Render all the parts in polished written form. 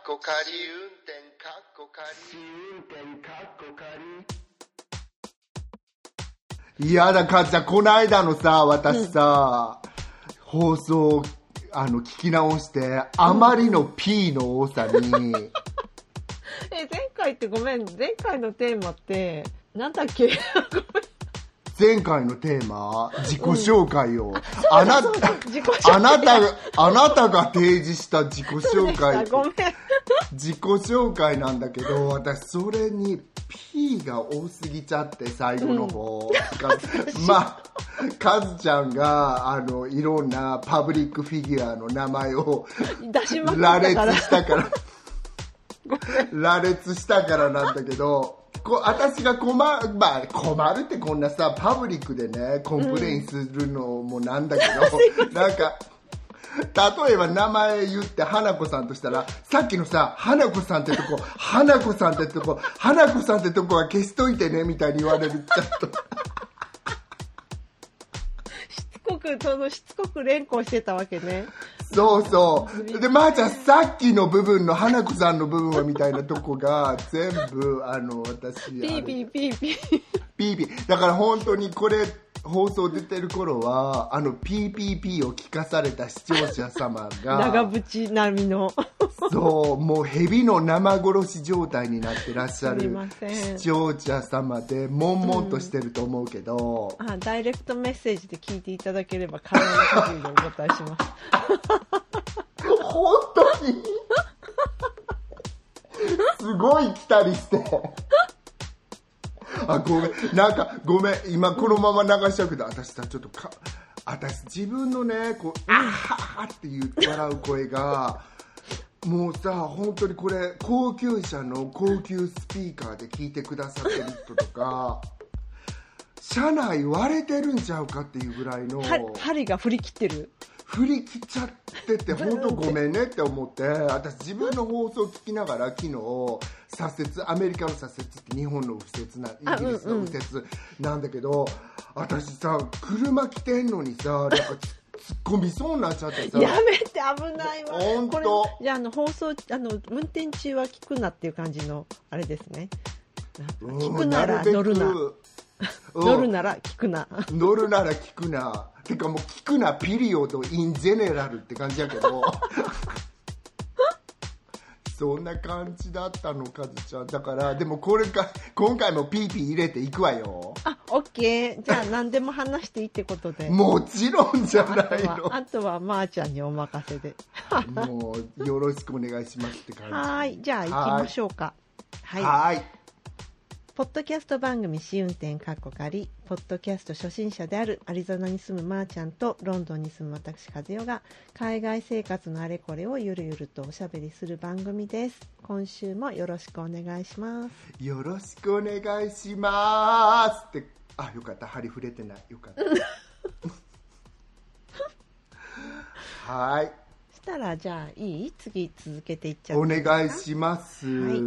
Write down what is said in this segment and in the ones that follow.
こ仮運転かっこ仮運転かっこ仮。いやだかっちゃん、この間のさ、私さ、放送聞き直してあまりの P の多さに前回ってごめん、前回のテーマってなんだっけ？ 前回のテーマ、自己紹介を、あなたが提示した自己紹介、 ごめん自己紹介なんだけど、私それに P が多すぎちゃって最後の方、まあカズちゃんがいろんなパブリックフィギュアの名前を出しまくっ羅たから列したから羅列したからなんだけど、私が困るってこんなさパブリックでねコンプレインするのもなんだけど、なんか例えば名前言って花子さんとしたら、さっきのさ花子さんってとこ花子さんってとこ花子さんってとこは消しといてねみたいに言われる。ちょっとしつこく連呼してたわけね。 そうそうで、まーちゃんさっきの部分の花子さんの部分はみたいなとこが全部私ピーピーピーピーピーピーだから本当にこれ放送出てる頃はPPP を聞かされた視聴者様が長渕並みのそうもう蛇の生殺し状態になってらっしゃる視聴者様で悶々としてると思うけど、 ダイレクトメッセージで聞いていただければ可能な限りでお答えします本当にすごい来たりしてごめん今このまま流しちゃうけど、私さちょっと私自分のねこうあははっていう笑う声がもうさ本当にこれ高級車の高級スピーカーで聞いてくださってる人とか車内割れてるんちゃうかっていうぐらいの針が振り切ってる、 振り切っちゃってて本当ごめんねって思って、私自分の放送聞きながら昨日左折アメリカの左折って日本の右折なイギリスの右折なんだけど、私さ車来てんのにさなんか突っ込みそうになっちゃってさやめて危ないわ本当。 これじゃあ放送運転中は聞くなっていう感じのあれですね。聞くなら乗るな乗るなら聞くな乗るなら聞くなてかもう聞くなピリオドインゼネラルって感じやけどそんな感じだったのカズちゃんだから。でも今回もピーピー入れていくわよ。 オッケーじゃあ何でも話していいってことでもちろんじゃないの。 あとはまーちゃんにお任せでもうよろしくお願いしますって感じ。 はいじゃあ行きましょうか。 はいポッドキャスト番組試運転かっこ仮、ポッドキャスト初心者であるアリゾナに住むまーちゃんとロンドンに住む私和代が海外生活のあれこれをゆるゆるとおしゃべりする番組です。今週もよろしくお願いします。 よろしくお願いしますって。よかった針触れてないよかったはいしたらじゃあ次続けていっちゃう。 お願いします。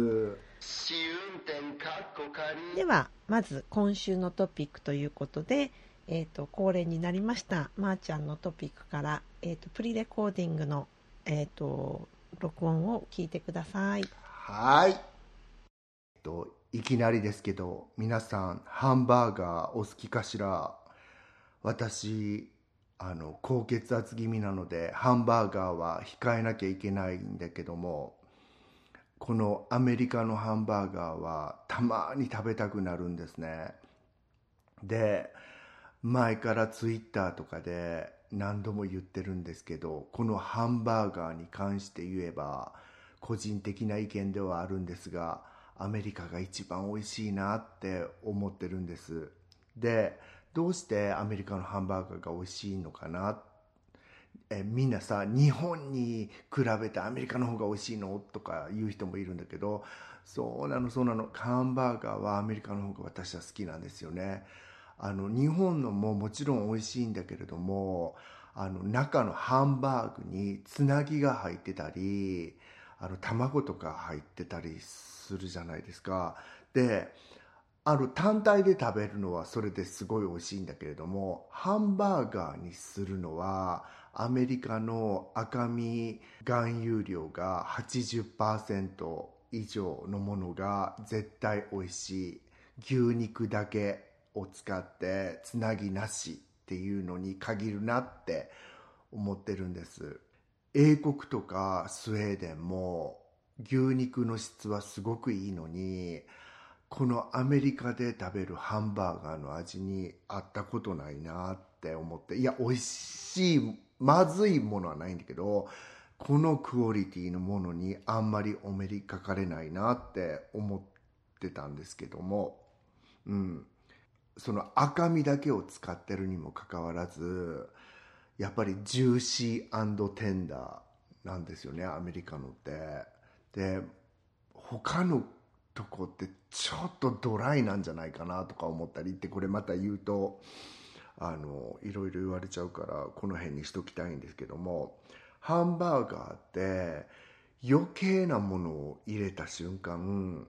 ではまず今週のトピックということで、恒例になりましたまーちゃんのトピックから、プリレコーディングの、録音を聞いてください。 はい。いきなりですけど皆さんハンバーガーお好きかしら。私高血圧気味なのでハンバーガーは控えなきゃいけないんだけども、このアメリカのハンバーガーはたまに食べたくなるんですね。で前からツイッターとかで何度も言ってるんですけど、このハンバーガーに関して言えば個人的な意見ではあるんですが、アメリカが一番美味しいなって思ってるんです。でどうしてアメリカのハンバーガーが美味しいのかな。みんなさ日本に比べてアメリカの方が美味しいのとか言う人もいるんだけど、そうなのハンバーガーはアメリカの方が私は好きなんですよね。日本のももちろん美味しいんだけれども、中のハンバーグにつなぎが入ってたり卵とか入ってたりするじゃないですか。で単体で食べるのはそれですごい美味しいんだけれども、ハンバーガーにするのはアメリカの赤身含有量が 80% 以上のものが絶対美味しい、牛肉だけを使ってつなぎなしっていうのに限るなって思ってるんです。英国とかスウェーデンも牛肉の質はすごくいいのに、このアメリカで食べるハンバーガーの味に合ったことないなって思って、いや美味しいまずいものはないんだけど、このクオリティのものにあんまりお目にかかれないなって思ってたんですけども、その赤身だけを使ってるにもかかわらず、やっぱりジューシー&テンダーなんですよね、アメリカのって。で、他のとこってちょっとドライなんじゃないかなとか思ったりって、これまた言うといろいろ言われちゃうからこの辺にしときたいんですけども、ハンバーガーって余計なものを入れた瞬間、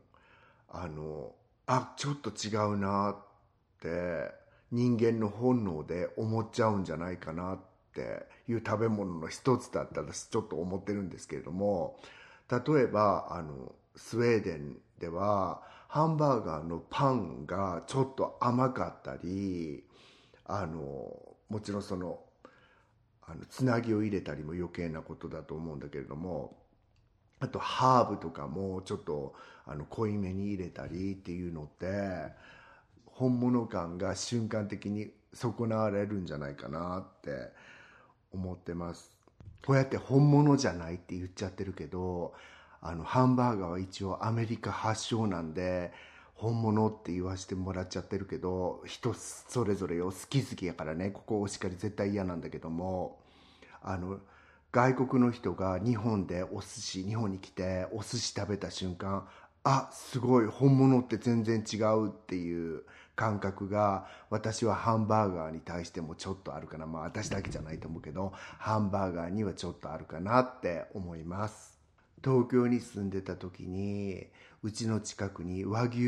ちょっと違うなって人間の本能で思っちゃうんじゃないかなっていう食べ物の一つだったらちょっと思ってるんですけれども、例えばスウェーデンではハンバーガーのパンがちょっと甘かったり、もちろんそのつなぎを入れたりも余計なことだと思うんだけれども、あとハーブとかもちょっと濃いめに入れたりっていうのって本物感が瞬間的に損なわれるんじゃないかなって思ってます。こうやって本物じゃないって言っちゃってるけど、ハンバーガーは一応アメリカ発祥なんで本物って言わせてもらっちゃってるけど、人それぞれよ、好き好きやからね、ここお叱り絶対嫌なんだけども、外国の人が日本に来てお寿司食べた瞬間、すごい本物って全然違うっていう感覚が私はハンバーガーに対してもちょっとあるかな。私だけじゃないと思うけど、ハンバーガーにはちょっとあるかなって思います。東京に住んでた時にうちの近くに和牛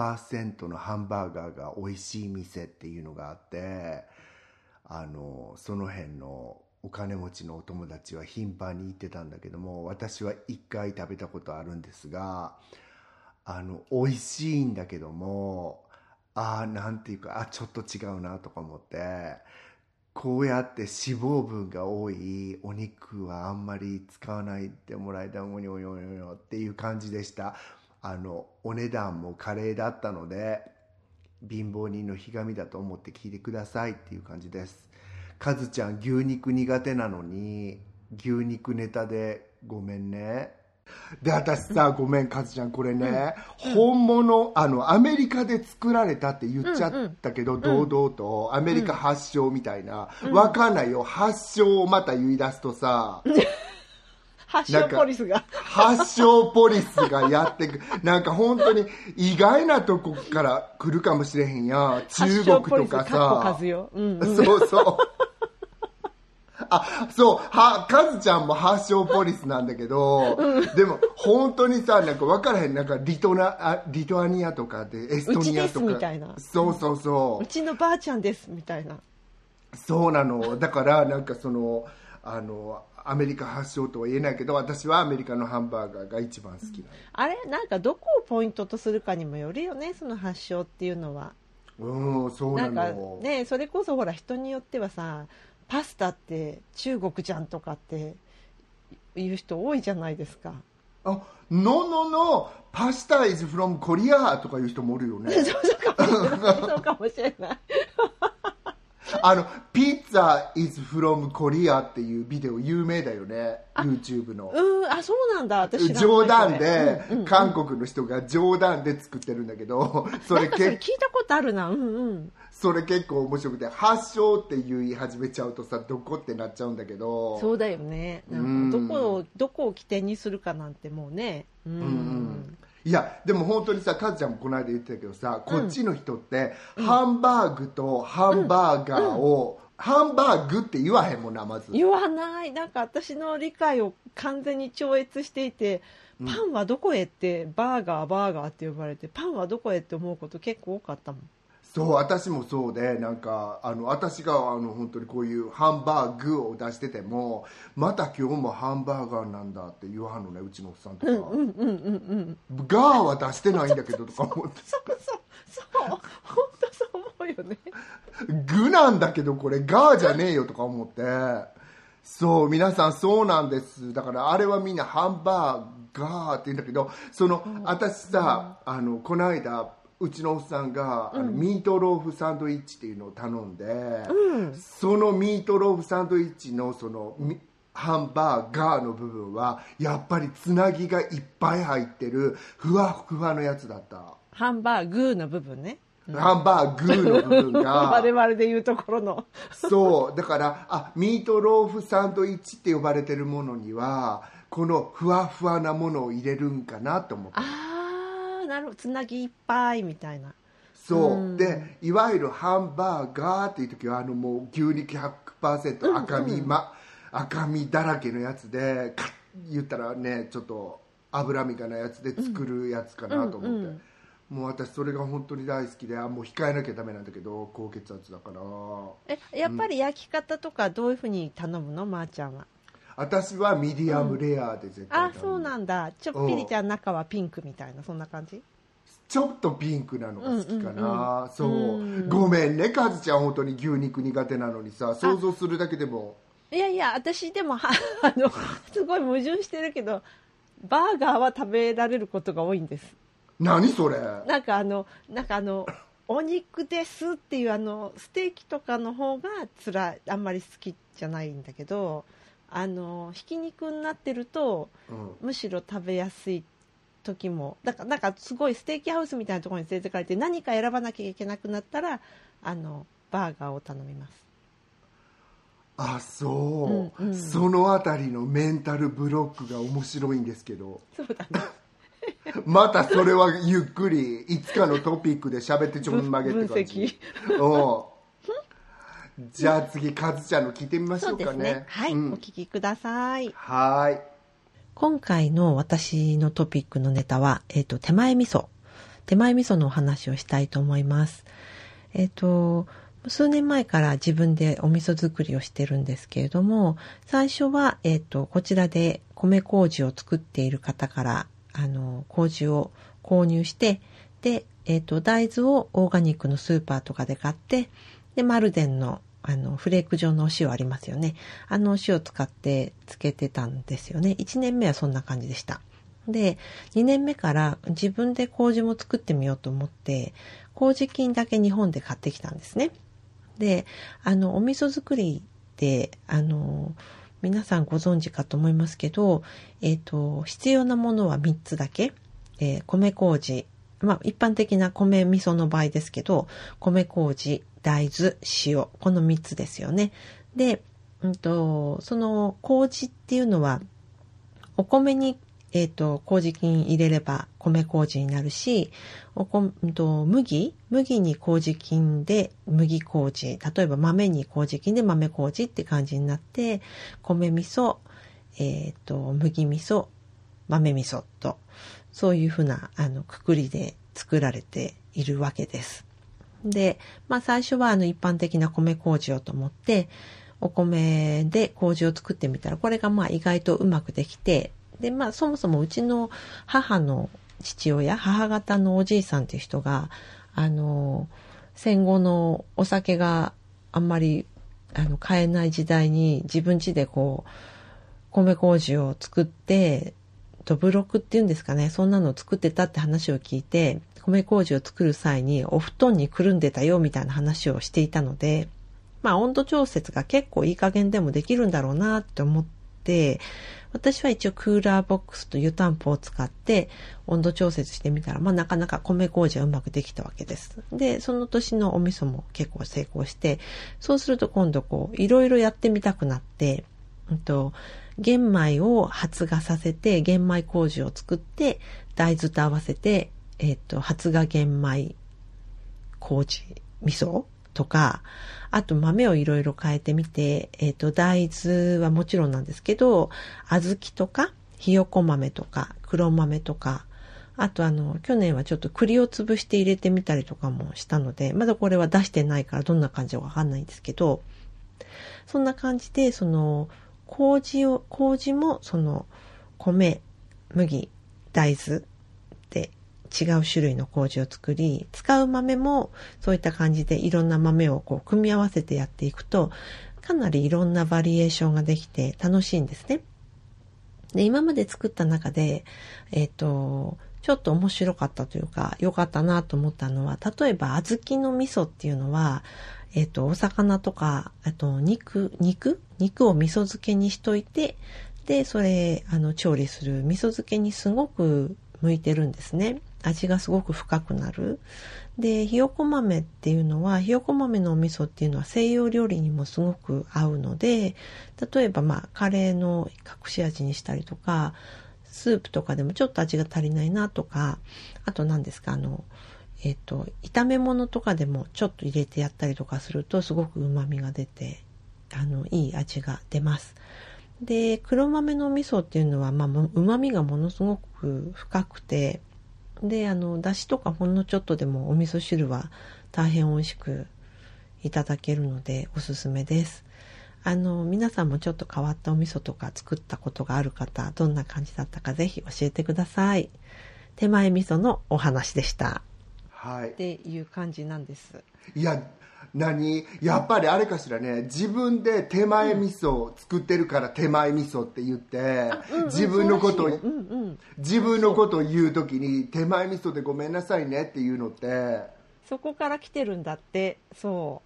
100% のハンバーガーが美味しい店っていうのがあって、その辺のお金持ちのお友達は頻繁に行ってたんだけども、私は1回食べたことあるんですが、美味しいんだけども、なんていうかちょっと違うなとか思って、こうやって脂肪分が多いお肉はあんまり使わないでもらいたいもにょよよよっていう感じでした。お値段もカレーだったので、貧乏人のひがみだと思って聞いてくださいっていう感じです。カズちゃん牛肉苦手なのに牛肉ネタでごめんね。で、私さ、ごめんカズちゃん、これね、本物アメリカで作られたって言っちゃったけど、堂々とアメリカ発祥みたいな、わかんないよ、発祥をまた言い出すとさ発祥ポリスがやってくなんか本当に意外なとこから来るかもしれへんやん。中国とかさ、そうそうカズちゃんも発祥ポリスなんだけど、でも本当にさ、なんか分からへん、なんかリトアニアとかでエストニアとか、 うちですみたいな、 そううちのばあちゃんですみたいな。 そうなの。だからなんかアメリカ発祥とは言えないけど、私はアメリカのハンバーガーが一番好きなの。 あれなんかどこをポイントとするかにもよるよね、その発祥っていうのは。 そうなの。 なんかね、それこそほら人によってはさ、パスタって中国じゃんとかって言う人多いじゃないですか。 Noパスタ is from Korea とかいう人もおるよね。 そうかもしれないピッツァ is from Korea っていうビデオ有名だよね、 YouTube の。 そうなんだ。私冗談で、韓国の人が冗談で作ってるんだけど、 それ聞いたことあるな。 それ結構面白くて、発祥って言い始めちゃうとさ、どこってなっちゃうんだけど。 そうだよね。なんかどこを起点にするかなんてもうね。 いやでも本当にさ、カズちゃんもこの間言ってたけどさ、こっちの人ってハンバーグとハンバーガーを、ハンバーグって言わへんもんな。まず言わない。なんか私の理解を完全に超越していて、パンはどこへってバーガーって呼ばれて、パンはどこへって思うこと結構多かったもん。 そう私もそうでなんか私が本当にこういうハンバーグを出しててもまた今日もハンバーガーなんだって言わはんのねうちのおっさんとか、ガーは出してないんだけどとか思ってそう本当そう思うよね。 具なんだけどこれガーじゃねえよとか思ってそう皆さんそうなんです。だからあれはみんなハンバーガーって言うんだけど私さこの間うちのおっさんがミートローフサンドイッチっていうのを頼んで、そのミートローフサンドイッチのハンバーガーの部分はやっぱりつなぎがいっぱい入ってるふわふわのやつだった。 ハンバーグの部分ね、 ハンバーグの部分が我々で言うところのそうだからミートローフサンドイッチって呼ばれてるものにはこのふわふわなものを入れるんかなと思って。 なるほど、つなぎいっぱいみたいな。 そうでいわゆるハンバーガーっていう時はもう牛肉 100% 赤身だらけのやつで言ったらねちょっと脂身がないやつで作るやつかなと思って、もう私それが本当に大好きでもう控えなきゃダメなんだけど高血圧だから。 やっぱり焼き方とかどういうふうに頼むのまーちゃんは。 私はミディアムレアで絶対そうなんだ。ちょっぴりじゃあ中はピンクみたいなそんな感じ。 ちょっとピンクなのが好きかな。そうごめんねカズちゃん本当に牛肉苦手なのにさ想像するだけでも。 いや私でもすごい矛盾してるけどバーガーは食べられることが多いんです。 何それ。 なんかお肉ですっていうステーキとかの方があんまり好きじゃないんだけどひき肉になってると、むしろ食べやすい時もなんかすごいステーキハウスみたいなところに連れてかれて何か選ばなきゃいけなくなったらバーガーを頼みます。 そう、そのあたりのメンタルブロックが面白いんですけど。 そうだねまたそれはゆっくりいつかのトピックで喋ってちょんまげって感じ。じゃあ次カズちゃんの聞いてみましょうかね。そうですね、 はい、お聞きください。 はい。 今回の私のトピックのネタは、手前味噌のお話をしたいと思います。数年前から自分でお味噌作りをしてるんですけれども、最初は、こちらで米麹を作っている方から麹を購入して、で、大豆をオーガニックのスーパーとかで買って、で、マルデンのフレーク状のお塩ありますよね。お塩を使ってつけてたんですよね。1年目はそんな感じでした。で、2年目から自分で麹も作ってみようと思って、麹菌だけ日本で買ってきたんですね。で、お味噌作りって皆さんご存知かと思いますけど、必要なものは3つだけ。米麹、一般的な米味噌の場合ですけど、米麹、大豆、塩、この3つですよね。で、その麹っていうのは、お米に、麹菌入れれば米麹になるし、麦に麹菌で麦麹、例えば豆に麹菌で豆麹って感じになって、米味噌、麦味噌、豆味噌と、そういうふうなくくりで作られているわけです。で、最初は一般的な米麹をと思って、お米で麹を作ってみたら、これが意外とうまくできて、で、そもそもうちの母の父親、母方のおじいさんっていう人が、戦後のお酒があんまり買えない時代に自分家で米麹を作って、どぶろくっていうんですかね、そんなのを作ってたって話を聞いて、米麹を作る際にお布団にくるんでたよみたいな話をしていたので、温度調節が結構いい加減でもできるんだろうなって思って、私は一応クーラーボックスと湯たんぽを使って温度調節してみたら、なかなか米麹はうまくできたわけです。で、その年のお味噌も結構成功して、そうすると今度いろいろやってみたくなって、玄米を発芽させて玄米麹を作って大豆と合わせて、発芽玄米麹味噌とか、あと豆をいろいろ変えてみて、大豆はもちろんなんですけど、小豆とかひよこ豆とか黒豆とか、 あと去年はちょっと栗を潰して入れてみたりとかもしたので、まだこれは出してないからどんな感じかわかんないんですけど、そんな感じで、麹も米、麦、大豆で違う種類の麹を作り、使う豆もそういった感じでいろんな豆をこう組み合わせてやっていくと、かなりいろんなバリエーションができて楽しいんですね。で、今まで作った中で、ちょっと面白かったというか、良かったなと思ったのは、例えば小豆の味噌っていうのは、お魚とか、あと肉を味噌漬けにしといて、で、それ、調理する味噌漬けにすごく向いてるんですね。味がすごく深くなる。で、ひよこ豆っていうのは、ひよこ豆のお味噌っていうのは西洋料理にもすごく合うので、例えばカレーの隠し味にしたりとか、スープとかでもちょっと味が足りないなとか、あと何ですか、炒め物とかでもちょっと入れてやったりとかするとすごく旨味が出て、いい味が出ます。で、黒豆の味噌っていうのは、旨味がものすごく深くて、で、だしとかほんのちょっとでもお味噌汁は大変美味しくいただけるのでおすすめです。皆さんもちょっと変わったお味噌とか作ったことがある方、どんな感じだったかぜひ教えてください。手前味噌のお話でした。 はい。 っていう感じなんです。 いや、やっぱりあれかしらね、自分で手前味噌を作ってるから手前味噌って言って、自分のことを言うときに手前味噌でごめんなさいねっていうのって、 そこから来てるんだって。そう。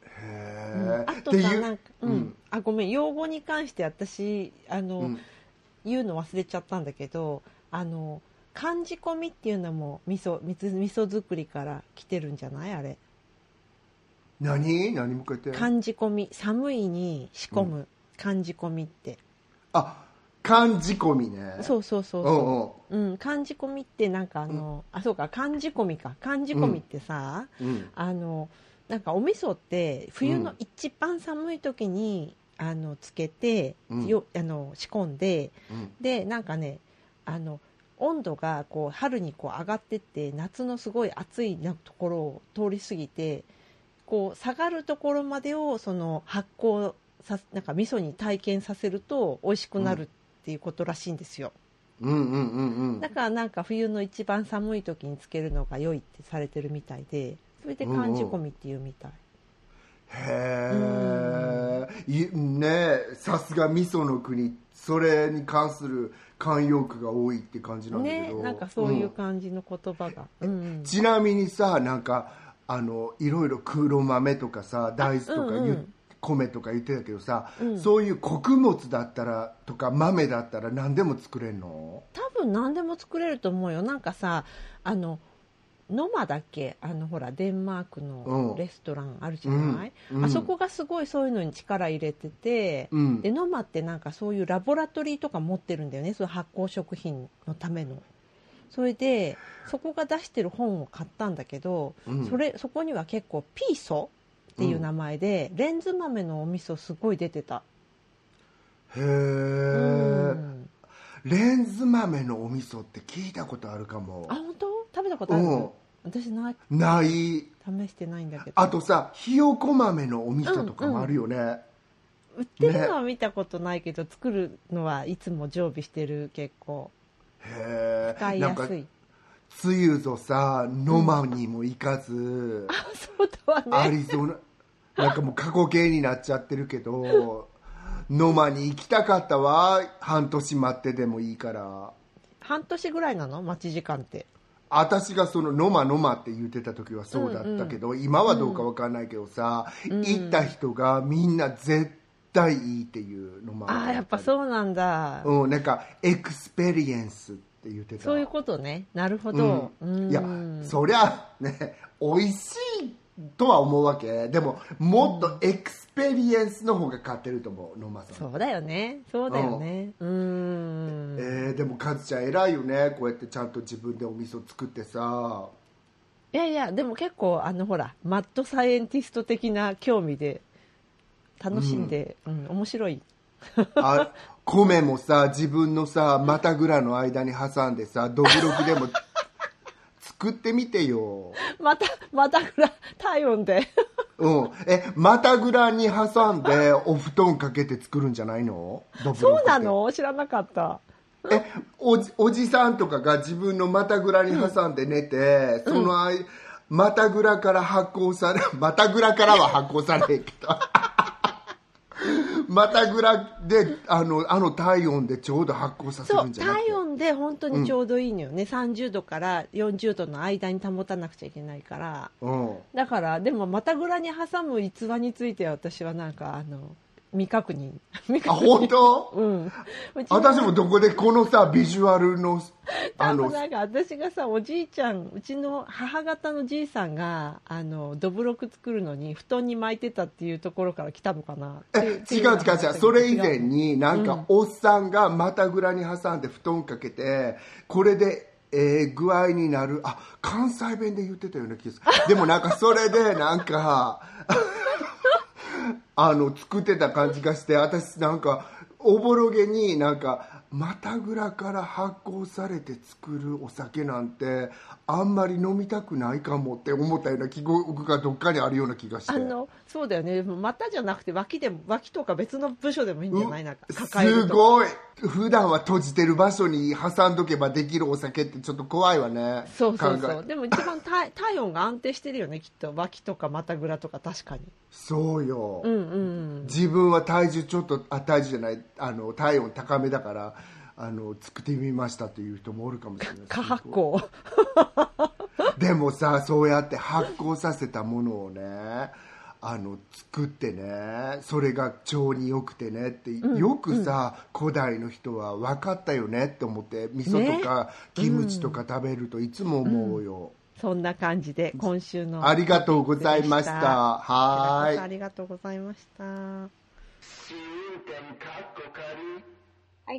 へー。 あとさ、ごめん、用語に関して私言うの忘れちゃったんだけど、寒仕込みっていうのも味噌作りから来てるんじゃない？あれ。 何もう一回言って。 寒仕込み、寒いに仕込む、寒仕込みって。 寒仕込みね。 そう。寒仕込みってなんかそうか、寒仕込みか。寒仕込みってさ、なんかお味噌って冬の一番寒い時につけて、仕込んで、でなんかね温度がこう春にこう上がってって夏のすごい暑いところを通り過ぎてこう下がるところまでを発酵なんか味噌に体験させると美味しくなるっていうことらしいんですよ。だからなんか冬の一番寒い時につけるのが良いってされてるみたいで、それで寒仕込みっていうみたい。 へえ。ねえ、さすが味噌の国、それに関する慣用句が多いって感じなんだけど、 なんかそういう感じの言葉が、 ちなみにさ、なんかいろいろ黒豆とかさ大豆とか米とか言ってたけどさ、そういう穀物だったらとか豆だったら何でも作れるの？ 多分何でも作れると思うよ。なんかさノマだっけ、ほらデンマークのレストランあるじゃない、あそこがすごいそういうのに力入れてて、でノマってなんかそういうラボラトリーとか持ってるんだよね、そういう発酵食品のための。それでそこが出してる本を買ったんだけど、そこには結構ピーソっていう名前で、レンズ豆のお味噌すごい出てた。 へえ、レンズ豆のお味噌って聞いたことあるかも。 あ、本当？食べたことある？私ない。 試してないんだけど。 あとさ、ひよこ豆のお味噌とかもあるよね。 売ってるのは見たことないけど、作るのはいつも常備してる。結構使いやすい。 つゆぞさ、野間にも行かず、 そうだわね、 アリゾナなんかもう過去形になっちゃってるけど野間に行きたかったわ。半年待ってでもいいから。 半年ぐらいなの待ち時間って？ 私がその野間って言ってた時はそうだったけど、今はどうか分かんないけどさ、行った人がみんな絶対いいっていうのもあ。やっぱそうなんだ。 なんかエクスペリエンスって言ってた。 そういうことね。なるほど。 いや、そりゃね、美味しいとは思うわけ。でももっとエクスペリエンスの方が勝ってると思う、野間さん。 そうだよね。 でもカズちゃん偉いよね、こうやってちゃんと自分でお味噌作ってさ。 いやでも結構ほらマッドサイエンティスト的な興味で楽しんで、面白い。 米もさ自分のさ股ぐらの間に挟んでさどぶろくでも作ってみてよ。 またぐら体温で股ぐらに挟んでお布団かけて作るんじゃないの？どぶろくってそうなの？知らなかった。 おじさんとかが自分の股ぐらに挟んで寝て、その股ぐらから発酵され股ぐらからは発酵されへんけど股ぐらで体温でちょうど発酵させるんじゃなくて、 体温で本当にちょうどいいのよね、30度から40度の間に保たなくちゃいけないから、だからでも股ぐらに挟む逸話については私はなんか未確認。 本当？ うん。 私もどこでこのさビジュアルの多分なんか私がさ、おじいちゃん、うちの母方のじいさんがどぶろく作るのに布団に巻いてたっていうところから来たのかな。 違うそれ以前になんかおっさんが股ぐらに挟んで布団かけて、これで具合になる、関西弁で言ってたような気がする。でもなんかそれでなんか作ってた感じがして、私なんかおぼろげになんか股ぐらから発酵されて作るお酒なんてあんまり飲みたくないかもって思ったような記憶がどっかにあるような気がして、 そうだよね。股じゃなくて脇とか別の部署でもいいんじゃない？なんか抱えると。 すごい。普段は閉じてる場所に挟んどけばできるお酒ってちょっと怖いわね。 そうでも一番体温が安定してるよね、きっと。脇とか股ぐらとか。確かにそうよ、自分は体重じゃない体温高めだから作ってみましたという人もおるかもしれない。 過発酵でもさ、そうやって発酵させたものをね作ってね、それが腸に良くてねって、よくさ、古代の人は分かったよねって思って、味噌とかキムチとか食べるといつも思うよ、 そんな感じで今週のありがとうございました。 はい、ありがとうございました。はい、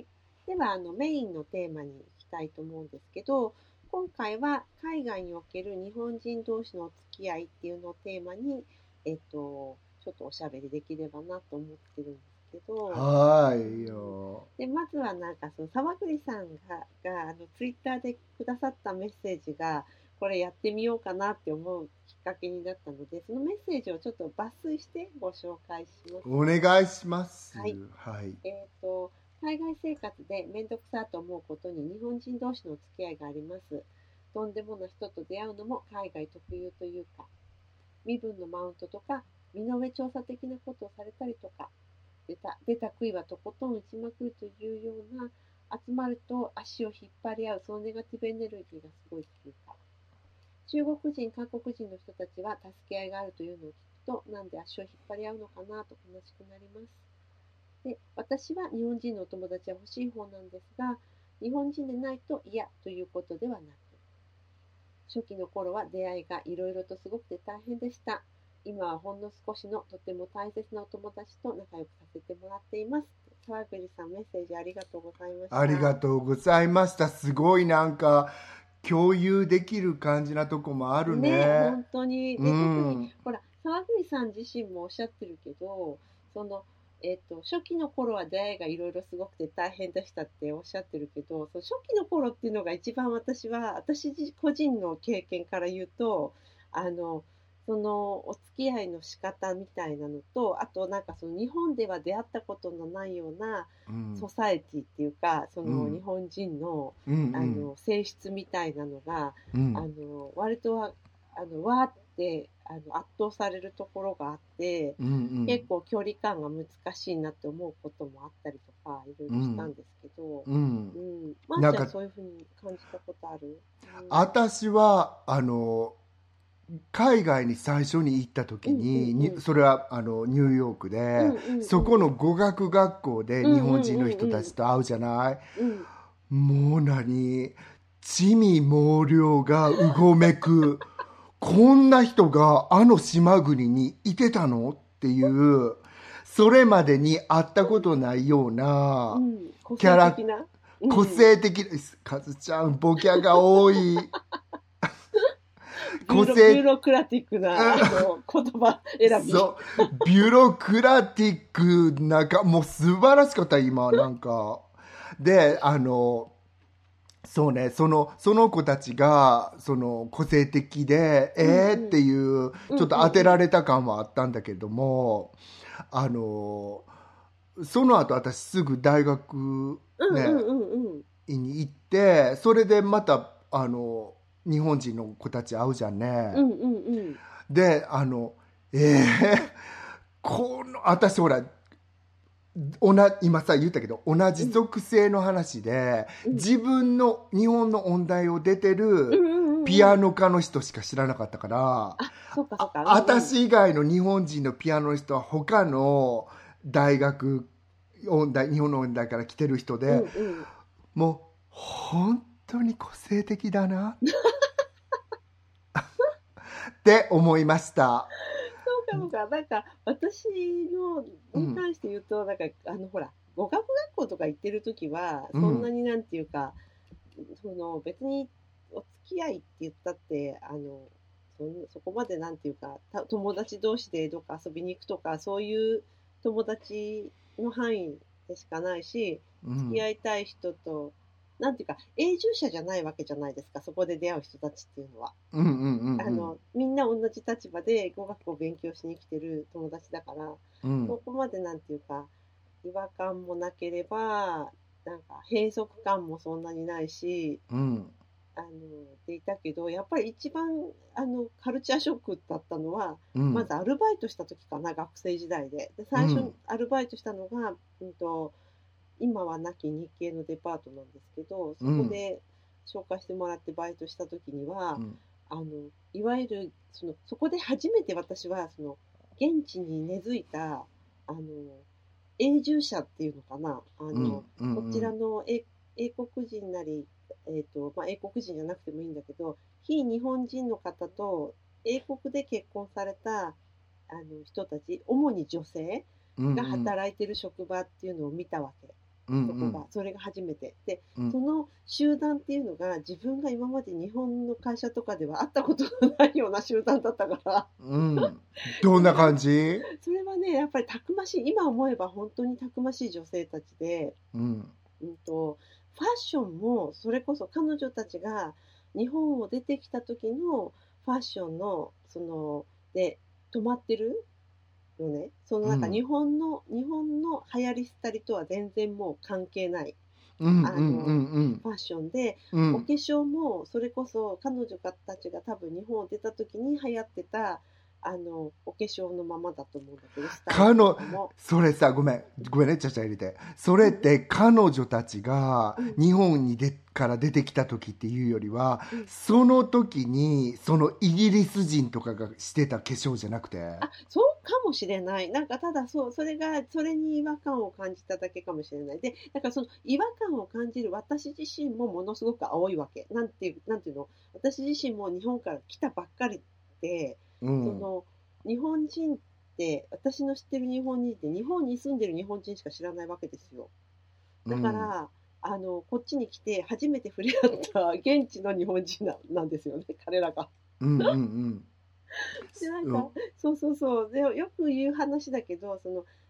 ではメインのテーマに行きたいと思うんですけど、今回は海外における日本人同士のお付き合いっていうのをテーマにちょっとおしゃべりできればなと思ってるんですけど、 はいよ。 でまずはなんかその沢栗さんがツイッターでくださったメッセージがこれやってみようかなって思うきっかけになったので、そのメッセージをちょっと抜粋してご紹介します。 お願いします。 はい。海外生活で面倒くさいと思うことに日本人同士のお付き合いがあります。とんでもな人と出会うのも海外特有というか、身分のマウントとか身の上調査的なことをされたりとか、出た杭はとことん打ちまくるというような、集まると足を引っ張り合う、そのネガティブエネルギーがすごいというか、中国人、韓国人の人たちは助け合いがあるというのを聞くと、なんで足を引っ張り合うのかなと悲しくなります。で、私は日本人のお友達は欲しい方なんですが、日本人でないと嫌ということではなく、初期の頃は出会いがいろいろとすごくて大変でした。今はほんの少しのとても大切なお友達と仲良くさせてもらっています。沢栗さん、メッセージありがとうございました。 ありがとうございました。すごいなんか共有できる感じなとこもあるね。 本当に。特にほら、沢栗さん自身もおっしゃってるけど、初期の頃は出会いがいろいろすごくて大変でしたっておっしゃってるけど、その初期の頃っていうのが一番私個人の経験から言うと、そのお付き合いの仕方みたいなのと、あとなんかその日本では出会ったことのないようなソサエティっていうか、その日本人の、性質みたいなのが、割とわーって圧倒されるところがあって、結構距離感が難しいなって思うこともあったりとかいろいろしたんですけど、まーちゃんそういうふうに感じたことある？ 私は海外に最初に行った時に、それはニューヨークで、そこの語学学校で日本人の人たちと会うじゃない、もう地味猛量がうごめくこんな人が島国にいてたのっていう、それまでに会ったことないようなキャラ、個性的、カズちゃんボキャが多い個性ビューロクラティックな言葉選び。 そう、ビュロクラティックなんかもう素晴らしかった今なんかでそうね、その子たちが個性的でっていうちょっと当てられた感はあったんだけども、その後私すぐ大学ね、に行って、それでまた日本人の子たち会うじゃんね、で私ほら今さ言ったけど同じ属性の話で、自分の日本の音大を出てるピアノ科の人しか知らなかったから、私以外の日本人のピアノの人は他の大学日本の音大から来てる人で、もう本当に個性的だなって思いました。 なんか私のに関して言うと、なんかほら語学学校とか行ってる時はそんなになんていうか、別にお付き合いって言ったってそこまでなんていうか友達同士でどっか遊びに行くとかそういう友達の範囲でしかないし、付き合いたい人となんていうか永住者じゃないわけじゃないですか、そこで出会う人たちっていうのは。みんな同じ立場で語学を勉強しに来てる友達だから、そこまでなんていうか違和感もなければなんか閉塞感もそんなにないし、でいたけど、やっぱり一番カルチャーショックだったのは、まずアルバイトした時かな、学生時代で最初アルバイトしたのが、今は亡き日系のデパートなんですけど、そこで紹介してもらってバイトした時には、いわゆるそこで初めて私は現地に根付いた永住者っていうのかな、こちらの英国人なり、英国人じゃなくてもいいんだけど、非日本人の方と英国で結婚された人たち、主に女性が働いてる職場っていうのを見たわけ。それが初めてで、その集団っていうのが自分が今まで日本の会社とかでは会ったことのないような集団だったから、 どんな感じ？ それはね、やっぱりたくましい、今思えば本当にたくましい女性たちで、ファッションもそれこそ彼女たちが日本を出てきた時のファッションので止まってるのね、なんか日本の流行り廃りとは全然もう関係ないファッションで、お化粧もそれこそ彼女たちが多分日本を出た時に流行ってたお化粧のままだと思うんだけど、 それさ、ごめんね、ちゃちゃ入れて。それって彼女たちが日本にから出てきた時っていうよりは、その時にイギリス人とかがしてた化粧じゃなくて、 そうかもしれない。なんかただそれに違和感を感じただけかもしれない。で、だから違和感を感じる私自身もものすごく青いわけ。なんていうの、私自身も日本から来たばっかりで、日本人って私の知ってる日本人って日本に住んでる日本人しか知らないわけですよ。だから、こっちに来て初めて触れ合った現地の日本人なんですよね、彼らが。でなんかそうでよく言う話だけど、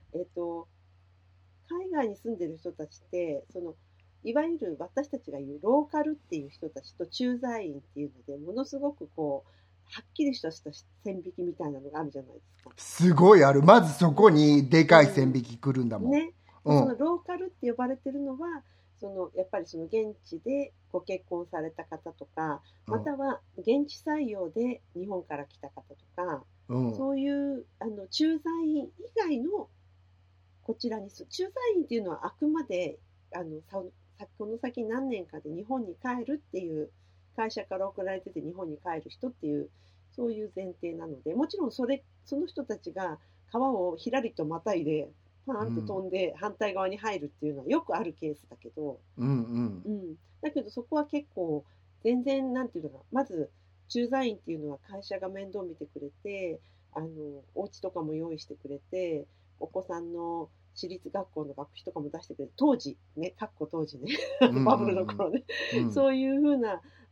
海外に住んでる人たちっていわゆる私たちが言うローカルっていう人たちと駐在員っていうのでものすごくはっきりした線引きみたいなのがあるじゃないですか。 すごいある。まずそこにでかい線引きくるんだもん。 ね。そのローカルって呼ばれてるのは、やっぱり現地でご結婚された方とか、または現地採用で日本から来た方とか、そういう駐在員以外のこちらに駐在員っていうのはあくまでこの先何年かで日本に帰るっていう会社から送られてて日本に帰る人っていうそういう前提なので、もちろんその人たちが川をひらりとまたいでパーンって飛んで反対側に入るっていうのはよくあるケースだけど、だけどそこは結構全然なんていうのか、まず駐在員っていうのは会社が面倒見てくれて、お家とかも用意してくれて、お子さんの私立学校の学費とかも出してくれて、当時ね、当時ねバブルの頃ね、そういうふうな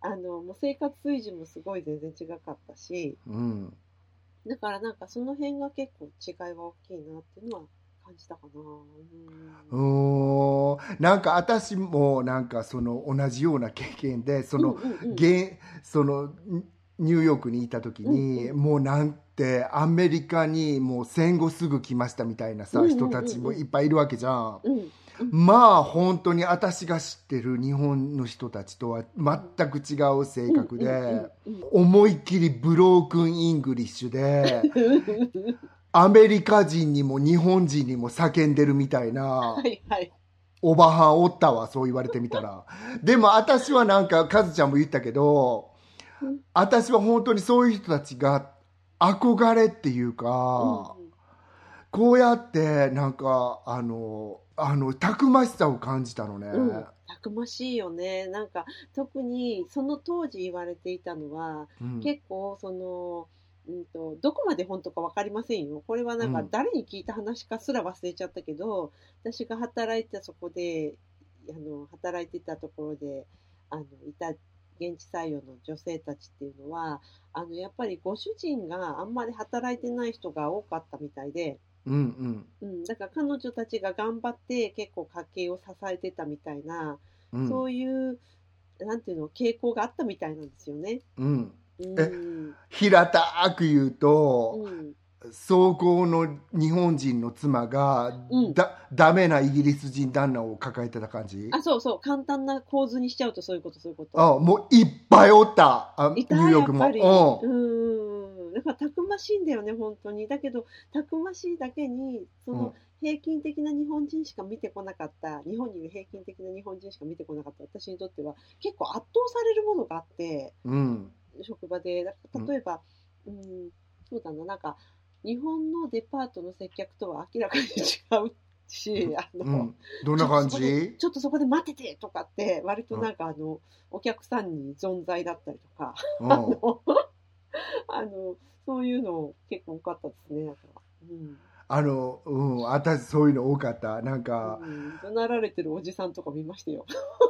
もう生活水準もすごい全然違かったし、 うん。 だからなんかその辺が結構違いは大きいなっていうのは感じたかな。 うーん、なんか私もなんかその同じような経験でうんうんうん。 そのニューヨークにいた時うんうん。 にもうなんてアメリカにもう戦後すぐ来ましたみたいなさうんうん人たちもうんうん。 いっぱいいるわけじゃん。 うんうんまあ本当に私が知ってる日本の人たちとは全く違う性うん格うんうんでうん。 思いっきりブロークンイングリッシュでアメリカ人にも日本人にも叫んでるみたいなはいはい。 おばはんおったわ、そう言われてみたら。でも私はなんか、カズちゃんも言ったけど、 うん私は本当にそういう人たちが憧れっていううんか、こうやってなんか、たくましさを感じたのね。 うん。たくましいよね。なんか特にその当時言われていたのは、 うん、 結構その、どこまで本当か分かりませんよ。これはなんかうん、 誰に聞いた話かすら忘れちゃったけど、私が働いてたそこで、働いてたところで、いた現地採用の女性たちっていうのは、やっぱりご主人があんまり働いてない人が多かったみたいで、 うん、うん、 だから彼女たちが頑張って結構家計を支えてたみたいな、 うん、 そういう、なんていうの、傾向があったみたいなんですよね。 うん。 うえ、 ん、 平たく言うと、 うん、 総合の日本人の妻がうん。 ダメなイギリス人旦那を抱えてた感じ。 あ、そうそう、簡単な構図にしちゃうとそういうこと、そういうこと。 あ、もういっぱいおった。 いた、 ニューヨーやっぱクも。 り。だからたくましいんだよね、本当に。だけど、たくましいだけに、そうん。うのん。 平均的な日本人しか見てこなかった、日本にいる平均的な日本人しか見てこなかった私にとっては、結構圧倒されるものがあって、 うん。 職場で、だから例えば、うん、そうだな、なんか、日本のデパートの接客とは明らかに違うし、 うん。どんなちょっとそこで、 感じ？ ちょっとそこで待っててとかって、割とうん。 なんかお客さんに存在だったりとか、 うあん。 の、あの、そういうの結構多かったですね、だから。 うん。私そういうの多かった。なんか、 怒鳴られてるおじさんとか見ましたよ。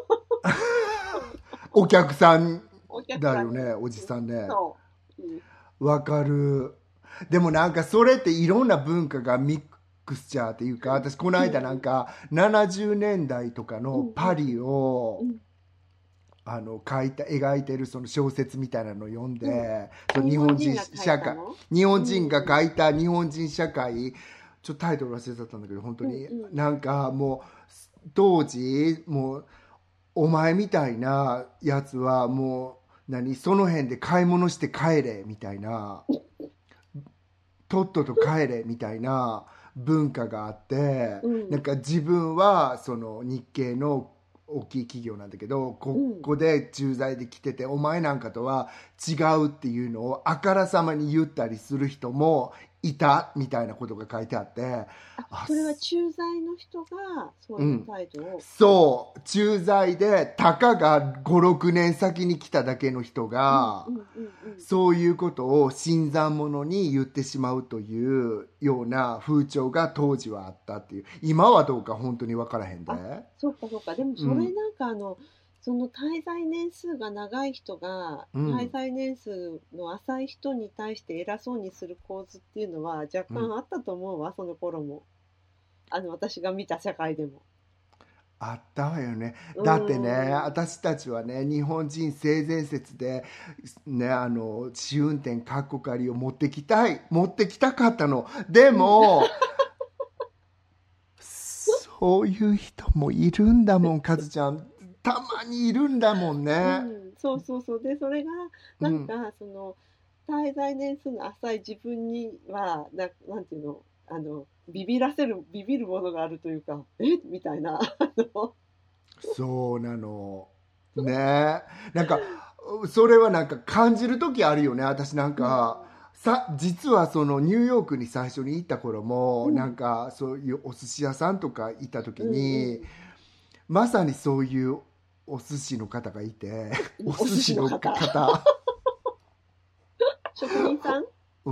お客さんお客さんに。 だよね、おじさんね。 そう。 わかる。でもなんかそれっていろんな文化がミックスチャーっていうか、私この間なんうんか70年代とかうんのパリを、 うん描いてるその小説みたいなのを読んうん。 で、そあ、日の本人が書いたの？ 日う本人がん書いた日本人社会、ちょっとタイトル忘れちゃったんだけど、本当にうんうんなんかもう、当時、もう、お前みたいなやつはもう、その辺で買い物して帰れ、みたいな、とっとと帰れ、みたいな文化があって、なんうんか自分はその日系の大きい企業なんだけど、こうんこで駐在で来てて、お前なんかとは違うっていうのをあからさまに言ったりする人もいたみたいなことが書いてあって、 あ、 あ、 それは駐在の人がそういううん。 態度を。 そう、駐在でたかが5、6年先に来ただけの人が、 うんうんうんうん。 そういうことを新参者に言ってしまうというような風潮が当時はあったっていう。今はどうか本当に分からへんで。 あ、そうかそうか。でもそれうん、 なんかその滞在年数が長い人が、 うん、 滞在年数の浅い人に対して偉そうにする構図っていうのは若うん。 干あったと思うわ、その頃も。私が見た社会でも。 あったわよね。 うだってね、 ーん。 私たちはね、日本人性善説で、ね、試運転かっこかりを持ってきたかったの。でうん。 も、そういう人もいるんだもん、カズちゃん。たまにいるんだもんね。 そうそうそう。で、それが、なんうん。 か、滞在年数の浅い自分には、なんていうの、ビビるものがあるというか、みたいな、 そうなの。ね。なんか、それはなんか感じる時あるよね。私なんうん、 か、実はそのニューヨークに最初に行った頃も、 うん、 なんかそういうお寿司屋さんとか行った時うん、うに、まさにそういうお寿司の方がいて、おお寿寿司の司の方。 方、 職人さん。 うん、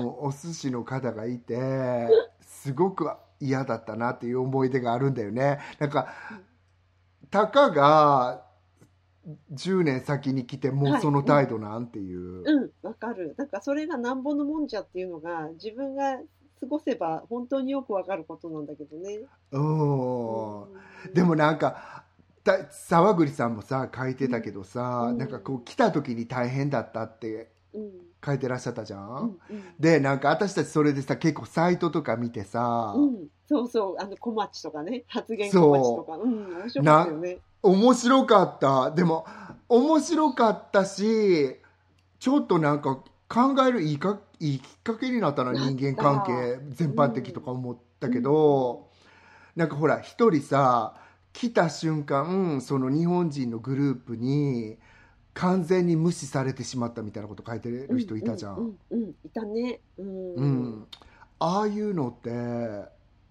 お寿司の方がいて、すごく嫌だったなっていう思い出があるんだよね。なんか、たかが 10年先に来てもうその態度なんていう、 わかる。なんかそれがなんぼのもんじゃっていうのが自分が過ごせば本当によくわかることなんだけどね。 でもなんか沢栗さんもさ書いてたけどさ、 うんなんかこう来た時に大変だったってうん書いてらっしゃったじゃん、 うんでなんか私たちそれでさ結構サイトとか見てさ、 そうそう、小町とかね、発言小町とか、面白かったよね。 面白かった。でも面白かったし、ちょっとなんか考えるいいきっかけになったな、人間関係全般的とか思ったけど、なんかほら一人さ来た瞬間その日本人のグループに完全に無視されてしまったみたいなこと書いてる人いたじゃん。 いたね。 ああいうのって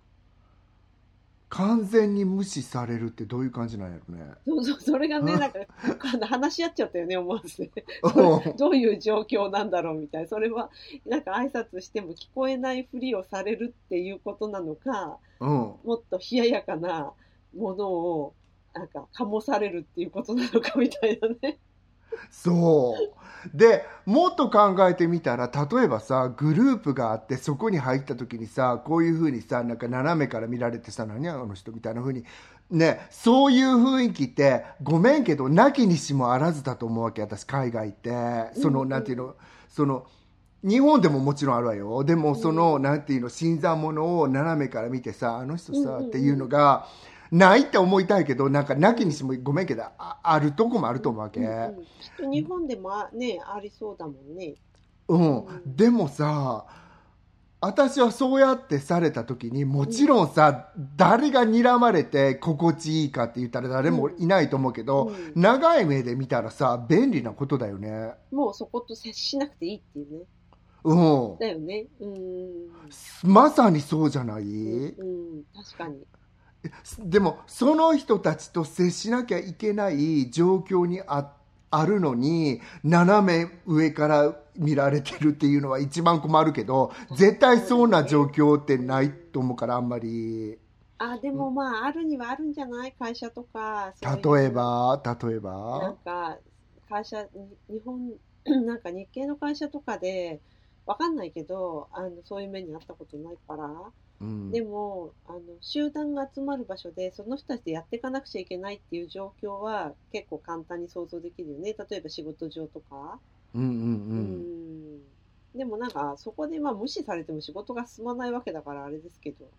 完全に無視されるってどういう感じなんやろね。 そう、それがね、なんか話し合っちゃったよね、思わずね。どういう状況なんだろうみたいな。それは、なんか挨拶しても聞こえないふりをされるっていうことなのか、もっと冷ややかなものを、なんか、醸されるっていうことなのかみたいなね。 そうでもっと考えてみたら、例えばさグループがあってそこに入った時にさこういう風にさなんか斜めから見られてさ何やあの人みたいな風にね、そういう雰囲気ってごめんけどなきにしもあらずだと思うわけ。私海外ってそのなんていうの、その日本でももちろんあるわよ。でもそのなんていうの新参者を斜めから見てさあの人さっていうのがないって思いたいけど、なんかなきにしもごめんけどあるとこもあると思うわけ。 きっと日本でもね、ありそうだもんね。 でもさ私はそうやってされた時にもちろんさ、誰が睨まれて心地いいかって言ったら誰もいないと思うけど、長い目で見たらさ便利なことだよね。 もうそこと接しなくていいっていうね。だよね。 まさにそうじゃない？ 確かに。 でもその人たちと接しなきゃいけない状況にあるのに斜め上から見られてるっていうのは一番困るけど、絶対そうな状況ってないと思うからあんまり。 でもまああるにはあるんじゃない？会社とか例えばなんか会社日本なんか日系の会社とかでわかんないけどそういう目にあったことないから、でも集団が集まる場所でその人たちでやっていかなくちゃいけないっていう状況は結構簡単に想像できるよね。例えば仕事上とか。でもなんかそこでまあ無視されても仕事が進まないわけだからあれですけど。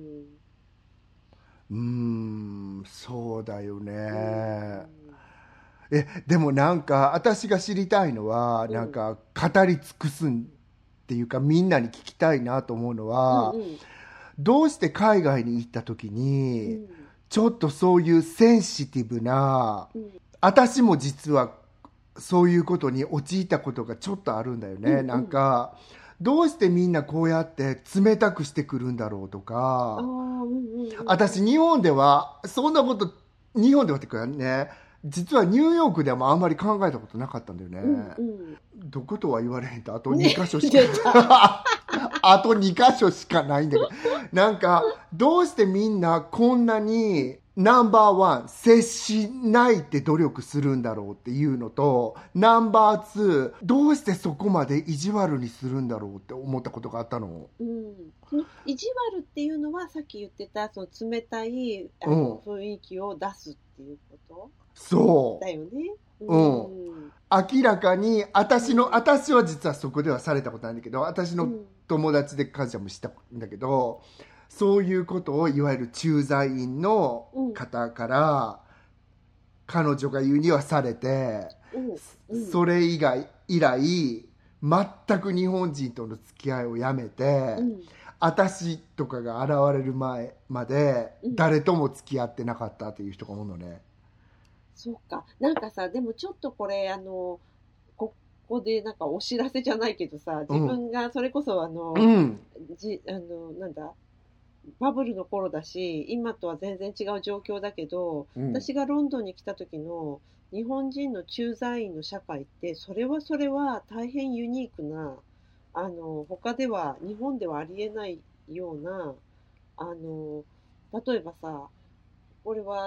そうだよね。でもなんか私が知りたいのは、なんか語り尽くすっていうかみんなに聞きたいなと思うのは、どうして海外に行った時に、ちょっとそういうセンシティブな、私も実はそういうことに陥ったことがちょっとあるんだよね。なんかどうしてみんなこうやって冷たくしてくるんだろうとか、私日本ではそんなこと日本ではってかね、実はニューヨークでもあんまり考えたことなかったんだよね。どことは言われへんとあと2箇所しかあと2箇所しかないんだけど、なんかどうしてみんなこんなにナンバーワン接しないって努力するんだろうっていうのと、ナンバーツーどうしてそこまで意地悪にするんだろうって思ったことがあったの。 その意地悪っていうのはさっき言ってたその冷たい雰囲気を出すっていうことそうだよね。 明らかに私は実はそこではされたことないんだけど、私の友達で感謝もしたんだけど、そういうことをいわゆる駐在員の方から彼女が言うにはされて、それ以来全く日本人との付き合いをやめて、私とかが現れる前まで誰とも付き合ってなかったっていう人がおるのね。 そうか。なんかさ、でもちょっとこれここでなんかお知らせじゃないけどさ、自分がそれこそなんだバブルの頃だし、今とは全然違う状況だけど、私がロンドンに来た時の日本人の駐在員の社会って、それは大変ユニークな、他では、日本ではありえないような、例えばさ、これは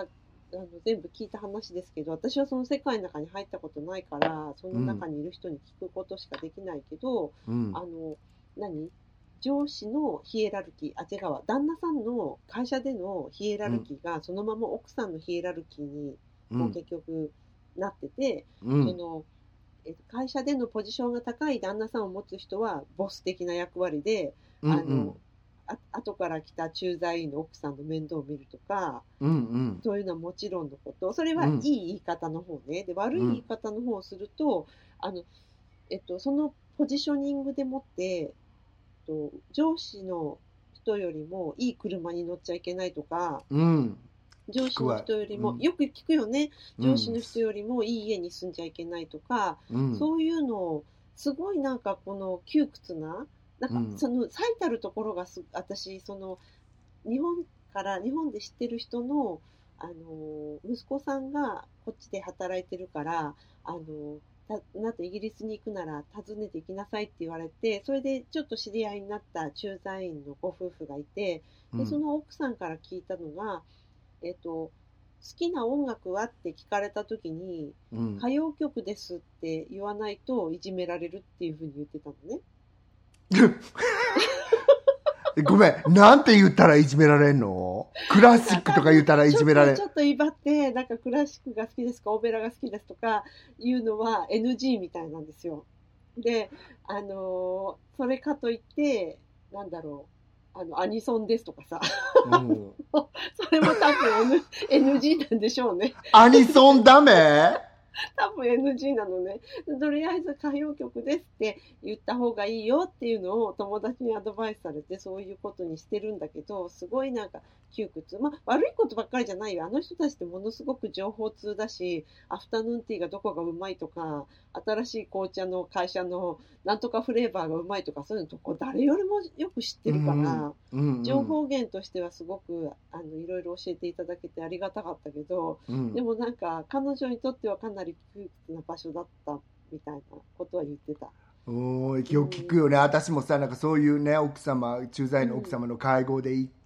全部聞いた話ですけど、私はその世界の中に入ったことないから、その中にいる人に聞くことしかできないけど、 うん、 何上司のヒエラルキー、違うわ、旦那さんの会社でのヒエラルキーが、そのまま奥さんのヒエラルキーにもう結局なってて、その会社でのポジションが高い旦那さんを持つ人はボス的な役割で、後から来た駐在員の奥さんの面倒を見るとか、そういうのはもちろんのこと、それはいい言い方の方ね。で、悪い言い方の方をすると、そのポジショニングでもって、上司の人よりもいい車に乗っちゃいけないとか、上司の人よりも、よく聞くよね、上司の人よりもいい家に住んじゃいけないとか、そういうのをすごいなんかこの窮屈な、なんかその最たるところが私その日本で知ってる人の息子さんがこっちで働いてるからなんとイギリスに行くなら訪ねて行きなさいって言われて、それでちょっと知り合いになった駐在員のご夫婦がいて、でその奥さんから聞いたのが、好きな音楽はって聞かれた時に、歌謡曲ですって言わないといじめられるっていうふうに言ってたのね。 ごめん、なんて言ったらいじめられんの？クラシックとか言ったらいじめられる。 ちょっと威張って、なんかクラシックが好きですか、オペラが好きですとかいうのは NG みたいなんですよ。で、それかといって、なんだろう、アニソンですとかさ、それも多分 NG なんでしょうね。 アニソンダメ？ 多分 NG なのね。とりあえず歌謡曲ですって言った方がいいよっていうのを友達にアドバイスされて、そういうことにしてるんだけど、すごいなんか窮屈。悪いことばっかりじゃないよ。あの人たちってものすごく情報通だし、アフタヌーンティーがどこがうまいとか、新しい紅茶の会社のなんとかフレーバーがうまいとか、そういうのとこ誰よりもよく知ってるから、情報源としてはすごくいろいろ教えていただけてありがたかったけど、でもなんか彼女にとってはかなり窮屈な場所だったみたいなことは言ってた。 よく聞くよね。私もさ、なんかそういうね、駐在の奥様の会合で行って、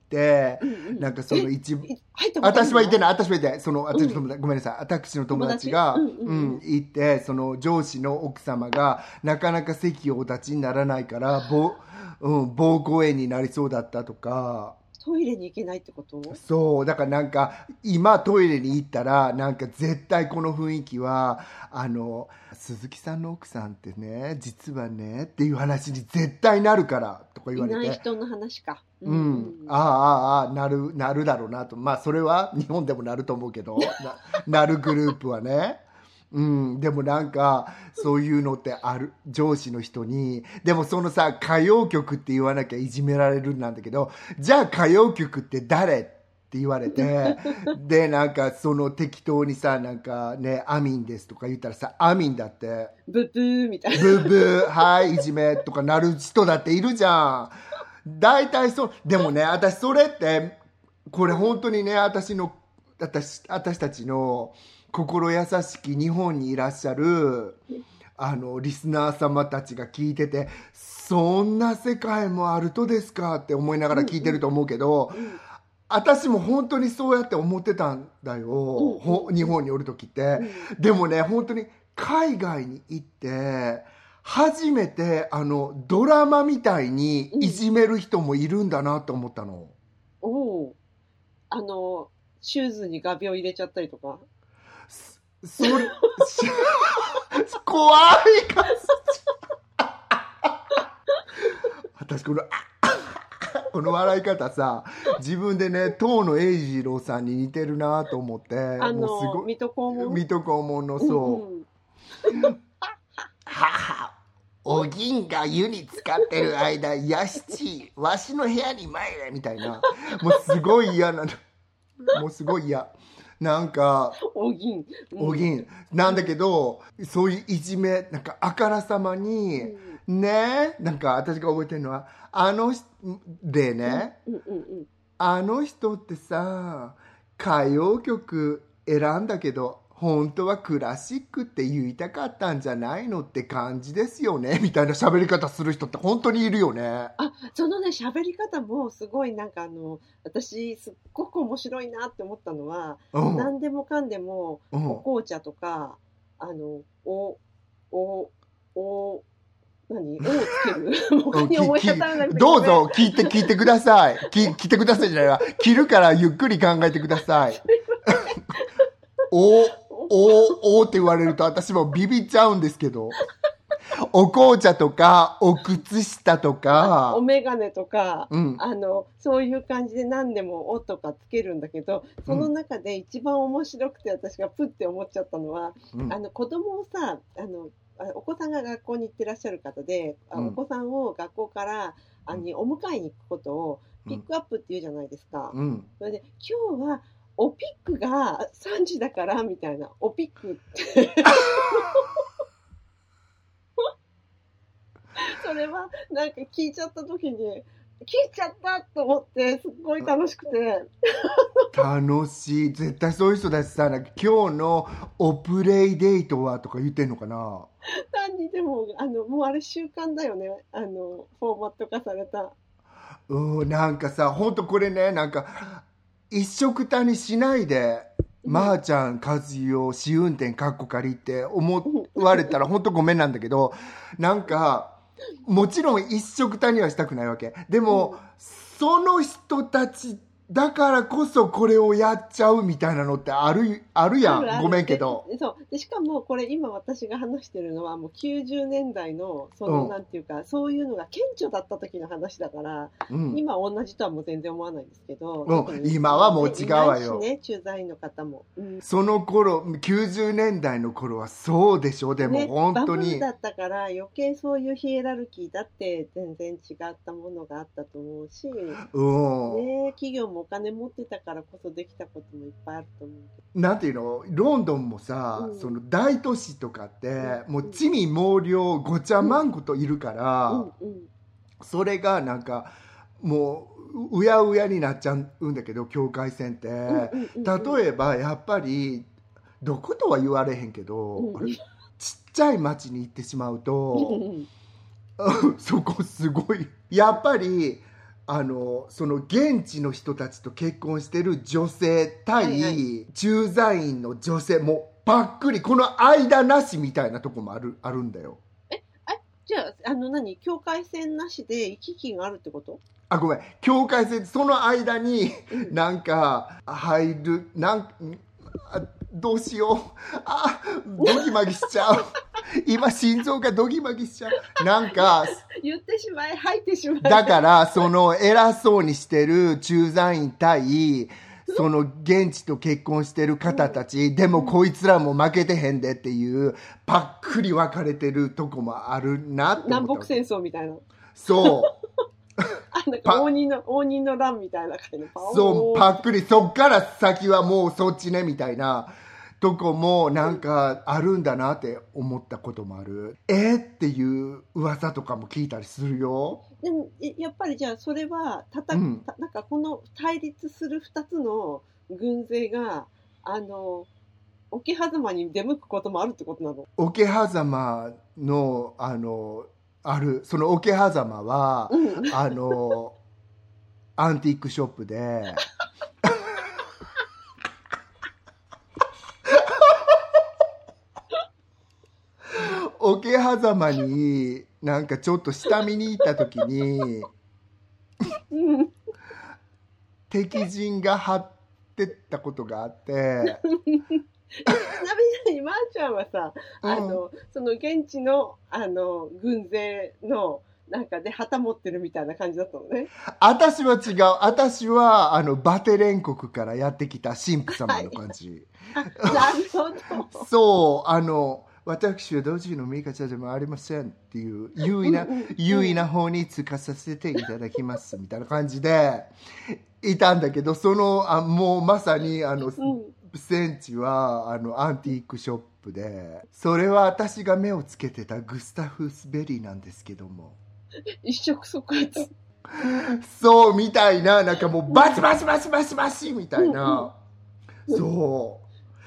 なんかその私は行ってない、その、ごめんなさい、私の友達が、行って、その上司の奥様が、なかなか席をお立ちにならないから、膀胱炎になりそうだったとか、 トイレに行けないってこと？ そう、だからなんか、今トイレに行ったら、なんか絶対この雰囲気は、鈴木さんの奥さんってね、実はね、っていう話に絶対なるから、とか言われて。 いない人の話か。 なるだろうなと。まあ、それは日本でもなると思うけど、なるグループはね。でもなんかそういうのってある、上司の人に。でもそのさ、歌謡曲って言わなきゃいじめられるんなんだけど、じゃあ歌謡曲って誰って言われて、でなんかその適当にさ、なんかね、アミンですとか言ったらさ、アミンだってブブーみたいな、 ブブー、はいいじめとかなる人だっているじゃん。大体そう。でもね、私それってこれ本当にね、私たちの心優しき日本にいらっしゃるリスナー様たちが聞いてて、そんな世界もあるとですかって思いながら聞いてると思うけど、私も本当にそうやって思ってたんだよ、日本におる時って。でもね、本当に海外に行って初めてドラマみたいにいじめる人もいるんだなと思ったの。 シューズに画鋲入れちゃったりとか。 怖い感じ。私この笑い方さ、自分でね、東野栄二郎さんに似てるなと思って。もうすごい。水戸黄門のそう。母、お銀が湯に浸かってる間、やしち、わしの部屋に参れみたいな。もうすごい嫌なの。もうすごい嫌。なんかお銀なんだけど、そういういじめ、なんかあからさまに、ね、なんか私が覚えてるのはでね、あの人ってさ、歌謡曲選んだけど本当はクラシックって言いたかったんじゃないのって感じですよねみたいな喋り方する人って本当にいるよね。 あ、そのね、喋り方もすごいなんか私すっごく面白いなって思ったのは、 うん何でもかんでも、 うんお紅茶とか、お、お、お、何おをつける他に思い当たらなくてどうぞ聞いてください。聞いてくださいじゃないわ。切るからゆっくり考えてください。おって言われると私もビビっちゃうんですけど。お紅茶とか、お靴下とか、 お眼鏡とか、 うん、 そういう感じで何でもおとかつけるんだけど、その中で一番面白くて私がプって思っちゃったのは、 うん、 子供をさ、お子さんが学校に行ってらっしゃる方で、お子さんを学校からお迎えに行くことをピックアップっていうじゃないですか。 うん、 それで今日はおピックが3時だからみたいな、おピックってそれはなんか聞いちゃった時に聞いちゃったと思ってすっごい楽しくて楽しい。絶対そういう人だしさ、なんか今日のおプレイデートはとか言ってんのかな。 単にでももうあれ習慣だよね、フォーマット化された。 なんかさ、ほんとこれね、なんか一緒くたにしないで、まーちゃん和代試運転かっこ仮って思われたらほんとごめんなんだけど、なんかもちろん一緒くたにはしたくないわけでも、その人たちだからこそこれをやっちゃうみたいなのってあるやん。ごめんけど。 そうでしかもこれ今私が話してるのはもう90年代のなんていうか、そういうのが顕著だった時の話だから、今同じとはもう全然思わないんですけど、 今はもう違うわよ。 ね、駐在員の方も、 その頃90年代の頃はそうでしょ。でも本当に、 バブルだったから余計そういうヒエラルキーだって全然違ったものがあったと思うし、企業もお金持ってたからこそできたこともいっぱいあると思うけど、 なんていうの、ロンドンもさ、その大都市とかって、もう地味猛量ごちゃまんこといるから、それがなんかもううやうやになっちゃうんだけど、境界線って、例えばやっぱりどことは言われへんけど、ちっちゃい町に行ってしまうとそこすごいやっぱりその現地の人たちと結婚してる女性対駐在員の女性、もうばっくりこの間なしみたいなとこもあるんだよ。 じゃあ境界線なしで行き来があるってこと？ ごめん、境界線、その間になんか入る、どうしよう、ドギマギしちゃう今心臓がドギマギしちゃう。なんか言ってしまえ、吐いてしまえ。 だからその偉そうにしてる駐在員対その現地と結婚してる方たち、でもこいつらも負けてへんでっていうパックリ分かれてるとこもあるなって思った。 南北戦争みたいな。 そうなんか応仁の乱みたいな感じの。 そう、パックリ、そっから先はもうそっちねみたいなとこもなんかあるんだなって思ったこともある。っていう噂とかも聞いたりするよ。 でもやっぱりじゃあそれはなんかこの対立する2つの軍勢が桶狭間に出向くこともあるってことなの？ 桶狭間のその桶狭間は、アンティークショップで桶狭間になんかちょっと下見に行った時に、敵陣が張ってったことがあって。 ちなみにまーちゃんはさ、その現地の軍勢のなんかで旗持ってるみたいな感じだったのね。 私は違う。私はバテレン国からやってきた神父様の感じ。 なるほど。 そう私は同時の味方でもありませんっていう優位な方につかさせていただきますみたいな感じでいたんだけど、もうまさに戦地はアンティークショップで、それは私が目をつけてたグスタフスベリーなんですけども、 一触即発。 そうみたいな、なんかもうバチバチバチバチバチみたいな。そう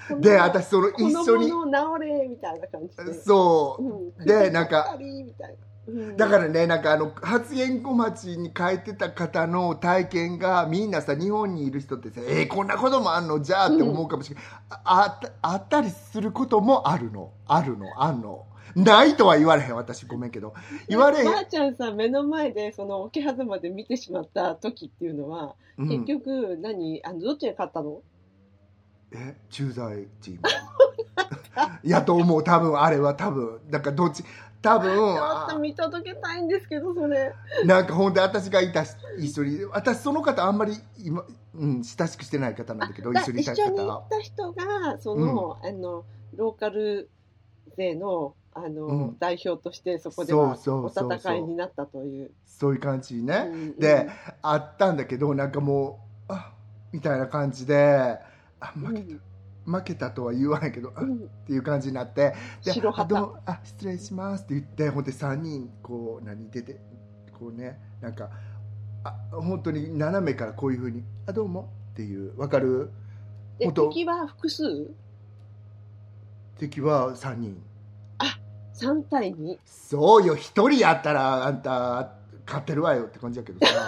で私その一緒にこのもの治れみたいな感じで、 そう、でなんかみたいな、 だからね、なんか発言小町に書いてた方の体験がみんなさ、日本にいる人ってさ、こんなこともあんのじゃあって思うかもしれない、あったりすることもあんのないとは言われへん、私ごめんけど言われへん。 ばあちゃんさ、目の前でその桶狭間で見てしまった時っていうのは、結局どっちが勝ったの？ 駐在チームやと思う。多分あれはだからどっち多分ちょっと見届けたいんですけど、それなんかほんで私が一緒に、私その方あんまり今、親しくしてない方なんだけど、一緒にいた方、 一緒に行った人がその、ローカル勢の代表としてそこではお戦いになったという、 そういう感じね、であったんだけど、なんかもうみたいな感じで負けたとは言わないけど、っていう感じになって、で白旗失礼しますって言って、ほんで3人こう出てこうね、なんか本当に斜めからこういう風にどうもっていう、わかる？ 敵は複数？ 敵は3人。 3対2。 そうよ、1人やったらあんた勝ってるわよって感じやけどさ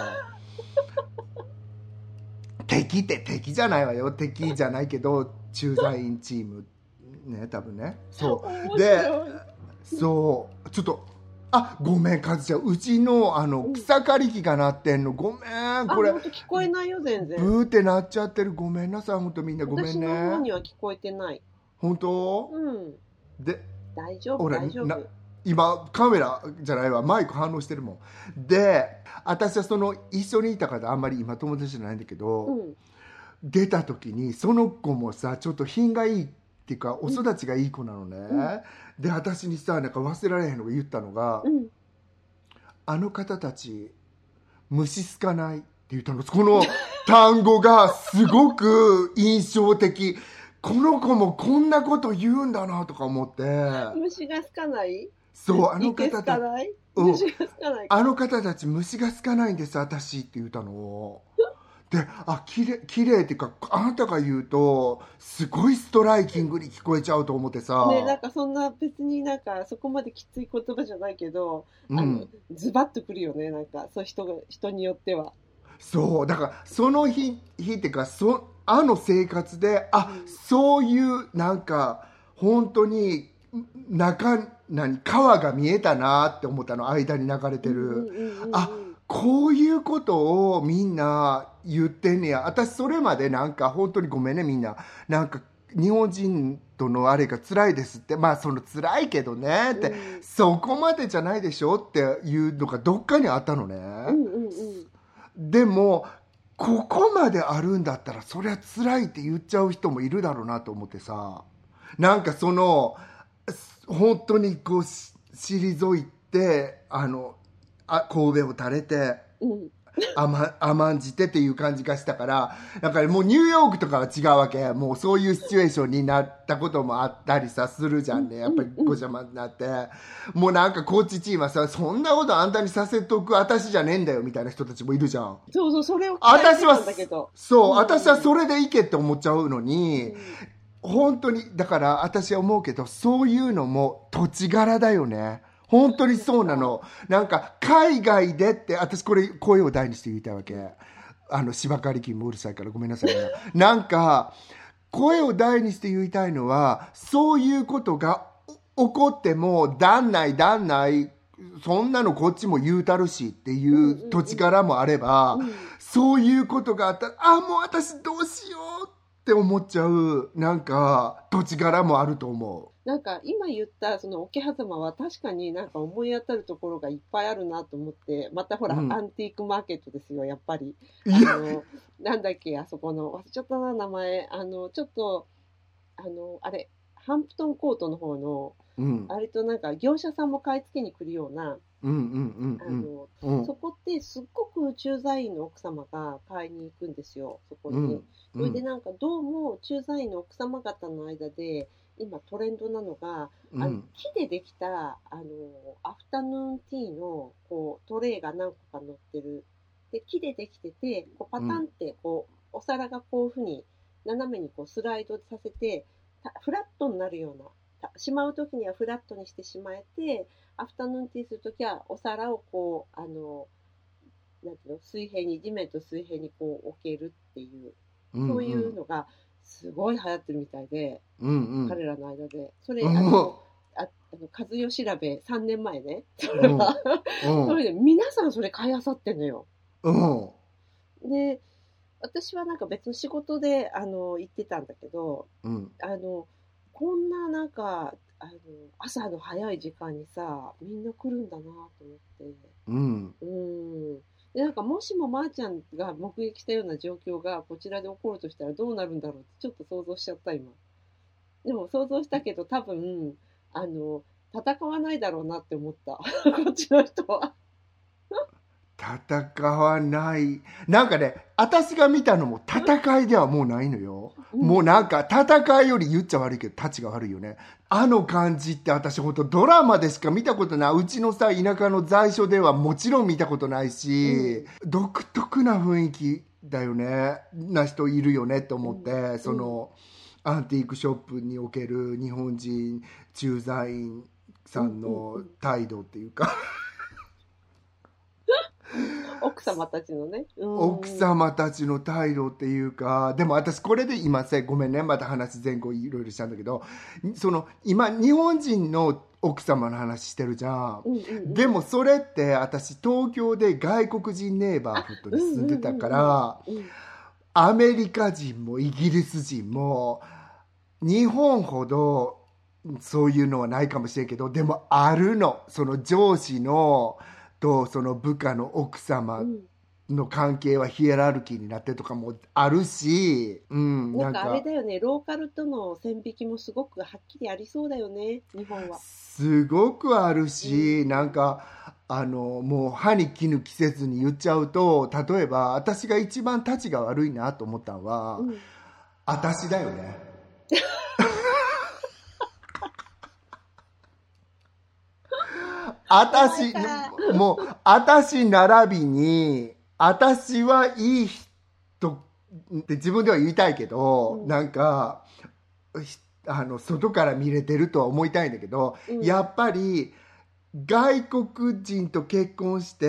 敵って敵じゃないわよ、敵じゃないけど駐在員チームね、多分ね。そうで、そうちょっとごめん、カズちゃん、うちの草刈り機が鳴ってんの、ごめん、これ本当聞こえないよ、全然。 ブーって鳴っちゃってる、ごめんなさい、本当みんなごめんね。 私の方には聞こえてない。 本当？ で、大丈夫大丈夫。 今カメラじゃないわ、マイク反応してるもん。で私はその一緒にいた方あんまり今友達じゃないんだけど、出た時にその子もさ、ちょっと品がいいっていうかお育ちがいい子なのね、で私にさ、なんか忘れられへんのが言ったのが、あの方たち虫すかないって言ったの。この単語がすごく印象的。この子もこんなこと言うんだなとか思って。 虫がすかない？ そう、あの方たち、 虫がすかない。 あの方たち虫がすかないんです、私って言ったの。で、綺麗っていうか、あなたが言うとすごいストライキングに聞こえちゃうと思ってさ。 ね、なんかそんな別になんかそこまできつい言葉じゃないけど、ズバッとくるよね、なんかそういう人によっては。そうだからその日っていうか、生活でそういうなんか本当に川が見えたなって思ったの、間に流れてる。こういうことをみんな言ってんねや。私それまでなんか本当にごめんね、みんななんか日本人とのあれが辛いですって、その辛いけどねって、そこまでじゃないでしょっていうのがどっかにあったのね。でもここまであるんだったらそりゃ辛いって言っちゃう人もいるだろうなと思ってさ、なんかその本当にこう退いて神戸を垂れて、甘んじてっていう感じがしたから、だからもうニューヨークとかは違うわけ。もうそういうシチュエーションになったこともあったりさするじゃんね、やっぱりごちゃ混ぜになって、もうなんかコーチチームはさ、そんなことあんたにさせとく私じゃねえんだよみたいな人たちもいるじゃん。 そうそれを聞いてたんだけど、 私はそれでいけって思っちゃうのに、本当にだから私は思うけど、そういうのも土地柄だよね。本当にそうなの。なんか海外でって、私これ声を大にして言いたいわけ。芝刈り機もうるさいからごめんなさいね。なんか声を大にして言いたいのは、そういうことが起こっても旦那そんなのこっちも言うたるしっていう土地柄もあれば、そういうことがあったらもう私どうしようって思っちゃう、なんか土地柄もあると思う。 なんか今言ったその桶狭間は確かになんか思い当たるところがいっぱいあるなと思って、またほら、アンティークマーケットですよ、やっぱり。なんだっけ、あそこの忘れちゃったな、名前。ちょっとあれハンプトンコートの方の、あれとなんか業者さんも買い付けに来るような、そこってすっごく駐在員の奥様が買いに行くんですよ、そこに。それでなんかどうも駐在員の奥様方の間で今トレンドなのが、木でできたアフタヌーンティーのこうトレイが何個か乗ってる。で木でできてて、こうパタンってこう、お皿がこういうふうに斜めにこうスライドさせて、 トになるような、しまうときにはフラットにしてしまえて、アフタヌーンティーするときはお皿をこうなんていうの、水平に、地面と水平にこう置けるっていう、そういうのがすごい流行ってるみたいで、彼らの間で。それ数よ調べ3年前ね。それは。それで皆さんそれ買い漁ってんのよ。で、私はなんか別の仕事で行ってたんだけど、こんななんか朝の早い時間にさ、みんな来るんだなと思って。でなんかもしもまーちゃんが目撃したような状況がこちらで起こるとしたらどうなるんだろうってちょっと想像しちゃった今。でも想像したけど多分戦わないだろうなって思った。こっちの人は。 戦わない。なんかね、私が見たのも戦いではもうないのよ。もうなんか戦いより言っちゃ悪いけど、タチが悪いよね。あの感じって私ほんとドラマでしか見たことない。うちのさ、田舎の在所ではもちろん見たことないし、独特な雰囲気だよね。な人いるよねって思って、その、アンティークショップにおける日本人駐在員さんの態度っていうか、 奥様たちのね、 奥様たちの態度っていうか、でも私これで今ごめんね、また話前後いろいろしたんだけど、その今日本人の奥様の話してるじゃん、でもそれって私東京で外国人ネイバーフットに住んでたから、アメリカ人もイギリス人も日本ほどそういうのはないかもしれんけど、でもあるの。その上司のとその部下の奥様の関係はヒエラルキーになってとかもあるし、 なんかあれだよね、ローカルとの線引きもすごくはっきりありそうだよね、日本は。 すごくあるし、なんかもう歯に衣着せずに言っちゃうと、例えば私が一番たちが悪いなと思ったのは、私だよね。私並びに、私はいい人って自分では言いたいけど、なんか、外から見れてるとは思いたいんだけど、やっぱり、外国人と結婚して、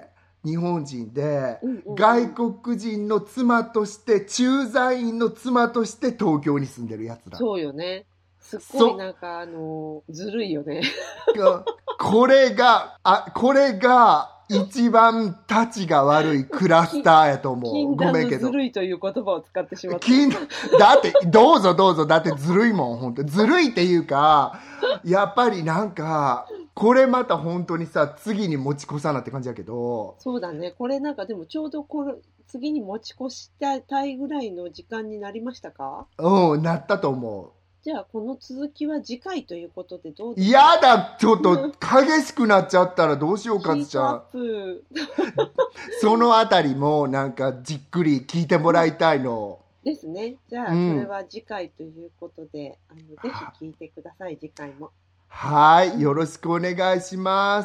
日本人で、外国人の妻として、駐在員の妻として東京に住んでるやつだ。 そうよね。すっごいなんかずるいよね。 これが一番たちが悪いクラスターやと思う。ごめんけど。 ずるいという言葉を使ってしまった。 だって、どうぞ、だってずるいもん、本当に。ずるいっていうか、やっぱりなんか、これまた本当にさ、次に持ち越さなって感じだけど。 そうだね。これなんかでもちょうど次に持ち越したいぐらいの時間になりましたか？ なったと思う。 じゃあこの続きは次回ということでどうですか？やだ、ちょっと激しくなっちゃったらどうしようかつちゃん。そのあたりもなんかじっくり聞いてもらいたいの。 ですね。じゃあそれは次回ということで、ぜひ聞いてください、次回も。 はい、よろしくお願いします。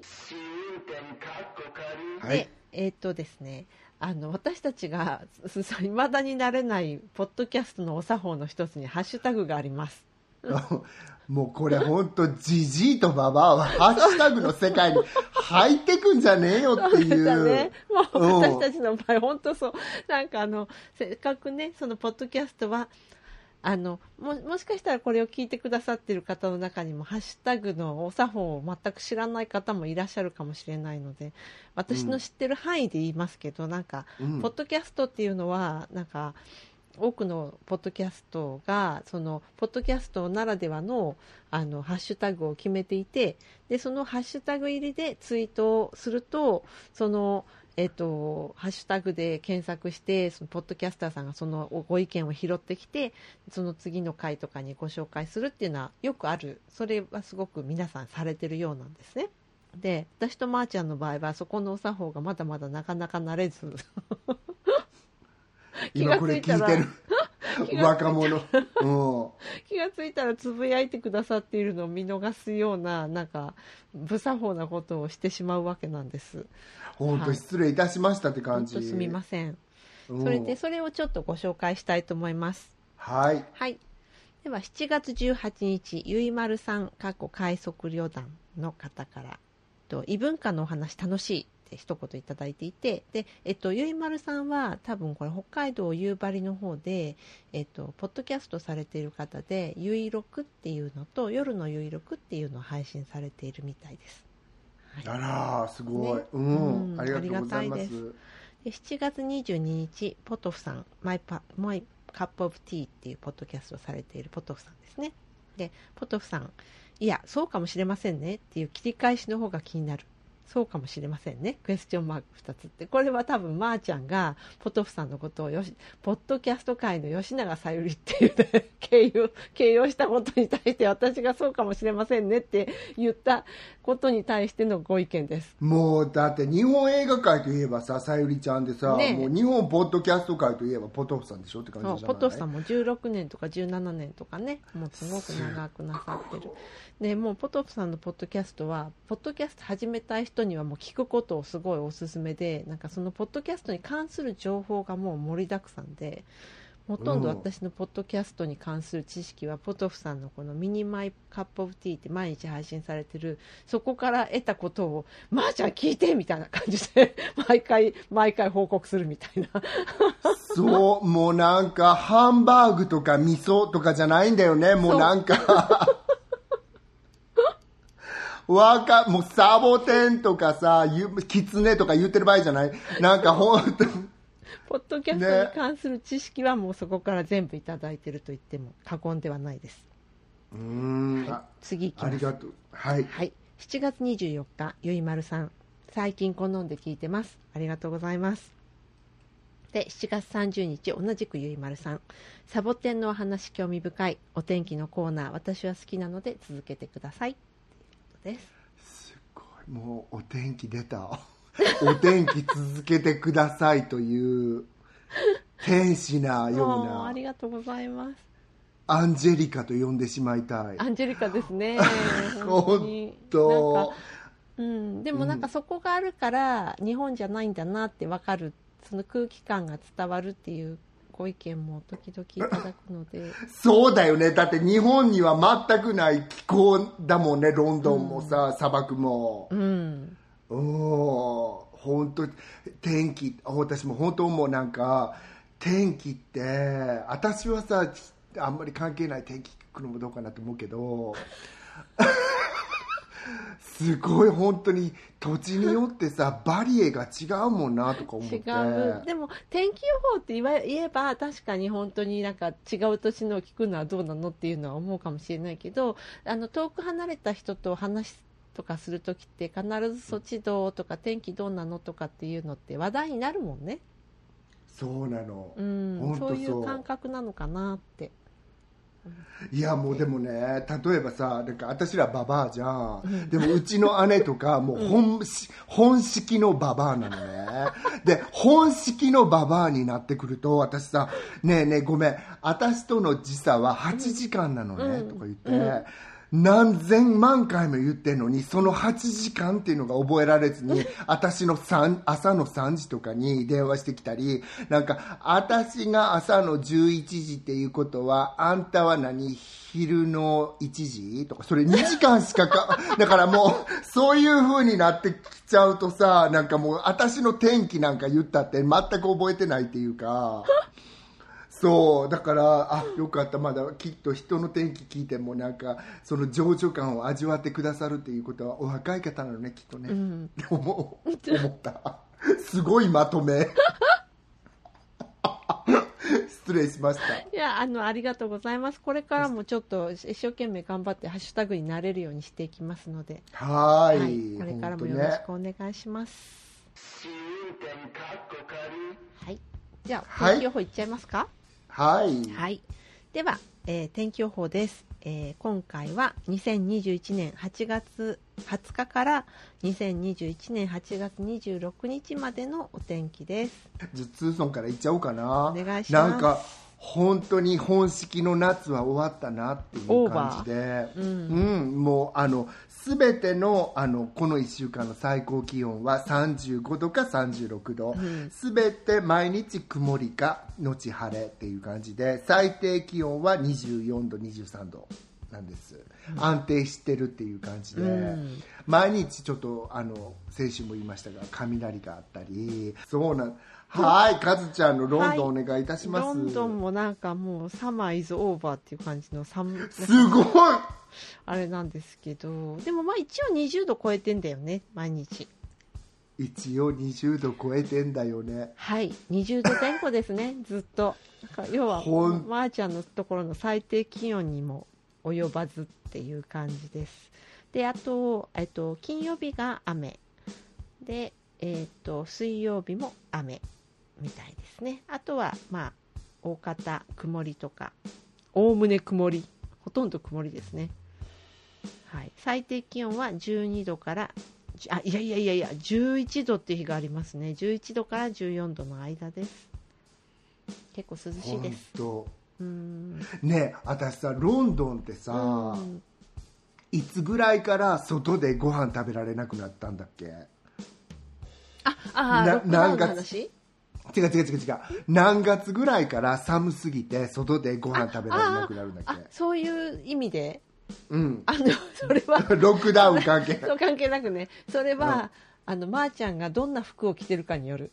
はい。ですね。私たちが未だになれないポッドキャストのお作法の一つにハッシュタグがあります。 もうこれ本当ジジイとババアはハッシュタグの世界に入ってくんじゃねえよっていう。 ね、もう私たちの場合本当そう。なんかせっかくね、そのポッドキャストはもしかしたらこれを聞いてくださっている方の中にもハッシュタグのお作法を全く知らない方もいらっしゃるかもしれないので、私の知ってる範囲で言いますけど、なんか、ポッドキャストっていうのはなんか多くのポッドキャストがそのポッドキャストならではのハッシュタグを決めていて、でそのハッシュタグ入りでツイートをすると、そのハッシュタグで検索して、そのポッドキャスターさんがそのご意見を拾ってきて、その次の回とかにご紹介するっていうのはよくある。それはすごく皆さんされてるようなんですね。で、私とまーちゃんの場合はそこのお作法がまだまだなかなか慣れず今これ聞いてる若者、 気がついたらつぶやいてくださっているのを見逃すような、なんか無作法なことをしてしまうわけなんです。 本当失礼いたしましたって感じ。 本当すみません。それをちょっとご紹介したいと思います。 はい。 はい。 では7月18日ゆいまるさん快速旅団の方から異文化のお話楽しいって一言いただいていて、で、ゆいまるさんは多分これ北海道夕張の方で、ポッドキャストされている方で、ゆいろくっていうのと夜のゆいろくっていうのを配信されているみたいです。 はい、あらすごい、ね、ありがとうございます。 で7月22日ポトフさんマイカップオブティーっていうポッドキャストをされているポトフさんですね。でポトフさん、いやそうかもしれませんねっていう切り返しの方が気になる、そうかもしれませんねクエスチョンマーク2つって、これは多分まーちゃんがポトフさんのことをポッドキャスト界の吉永小百合っていう、ね、形容したことに対して私がそうかもしれませんねって言ったことに対してのご意見です。 もうだって日本映画界といえばささゆりちゃんでさ、ね、もう日本ポッドキャスト界といえばポトフさんでしょって感じじゃない？ ポトフさんも16年とか17年とかね、もうすごく長くなさってる。でもうポトフさんのポッドキャストはポッドキャスト始めたい人にはもう聞くことをすごいおすすめで、なんかそのポッドキャストに関する情報がもう盛りだくさんで、ほとんど私のポッドキャストに関する知識はポトフさんのこのミニマイカップオブティーって毎日配信されてるそこから得たことをまーちゃん聞いてみたいな感じで毎回報告するみたいなそうもうなんかハンバーグとか味噌とかじゃないんだよね、もうなんかもうサボテンとかさキツネとか言ってる場合じゃない、なんか本当にポッドキャストに関する知識はもうそこから全部いただいていると言っても過言ではないです。はい、次いきます。 ありがとう。はい、 はい、7月24日ゆいまるさん、最近好んで聞いてます、ありがとうございます。で7月30日同じくゆいまるさん、サボテンのお話興味深い、お天気のコーナー私は好きなので続けてくださいということです。 すごい、もうお天気出たお天気続けてくださいという天使なような、 ありがとうございます。 アンジェリカと呼んでしまいたい。 アンジェリカですね本当でもなんかそこがあるから日本じゃないんだなって分かる、その空気感が伝わるっていうご意見も時々いただくのでそうだよね、だって日本には全くない気候だもんね、ロンドンもさ、砂漠も本当天気、私も本当思う、なんか天気って私はさあんまり関係ない天気聞くのもどうかなと思うけどすごい本当に土地によってさバリエが違うもんなとか思って。 違う。でも天気予報って言えば確かに本当になんか違う年のを聞くのはどうなのっていうのは思うかもしれないけど、遠く離れた人と話とかするときって必ずそっちどうとか天気どうなのとかっていうのって話題になるもんね。 そうなの、 そういう感覚なのかなって。 いやもうでもね、例えばさ、なんか私らババアじゃん、でもうちの姉とかもう本式のババアなのねで本式のババアになってくると私さ、ねえねえごめん私との時差は8時間なのね、とか言って、何千万回も言ってんのにその8時間っていうのが覚えられずに私の朝の3時とかに電話してきたり、なんか私が朝の11時っていうことはあんたは昼の1時とか、それ2時間しかだからもうそういう風になってきちゃうとさ、なんかもう私の天気なんか言ったって全く覚えてないっていうかそうだから、よかった、まだきっと人の天気聞いてもなんかその情緒感を味わってくださるっていうことはお若い方なのねきっとね、思ったすごいまとめ失礼しました。 いやありがとうございます。これからもちょっと一生懸命頑張ってハッシュタグになれるようにしていきますので、 はい、 これからもよろしくお願いします、はい、じゃあ天気予報いっちゃいますか。 はい、 では、天気予報です。今回は2021年8月20日から2021年8月26日までのお天気です。 じゃあツーソンからいっちゃおうかな。 お願いします。 なんか本当に本式の夏は終わったなっていう感じで、もう全てのこの1週間の最高気温は35度か36度、全て毎日曇りか後晴れっていう感じで、最低気温は24度23度なんです。安定してるっていう感じで、毎日ちょっと先週も言いましたが雷があったり、そうなん。はい、カズちゃんのロンドンお願いいたします。 ロンドンもなんかもうサマーイズオーバーっていう感じのすごいあれなんですけど、でもまあ一応20度超えてんだよね、毎日。 一応20度超えてんだよね。 はい、20度前後ですねずっと。要はまーちゃんのところの最低気温にも及ばずっていう感じです。で、あと、金曜日が雨で、水曜日も雨みたいですね。あとはまあ大方曇りとか、おおむね曇り、ほとんど曇りですね。はい、最低気温は12度から11度っていう日がありますね。11度から14度の間です。結構涼しいです。 ねえ、私さ、ロンドンってさ、いつぐらいから外でご飯食べられなくなったんだっけ？ ロックダウンの話？ 違う。何月ぐらいから寒すぎて外でご飯食べられなくなるんだっけ？ そういう意味で、 それはロックダウン関係関係なくね、それは、まーちゃんがどんな服を着てるかによる。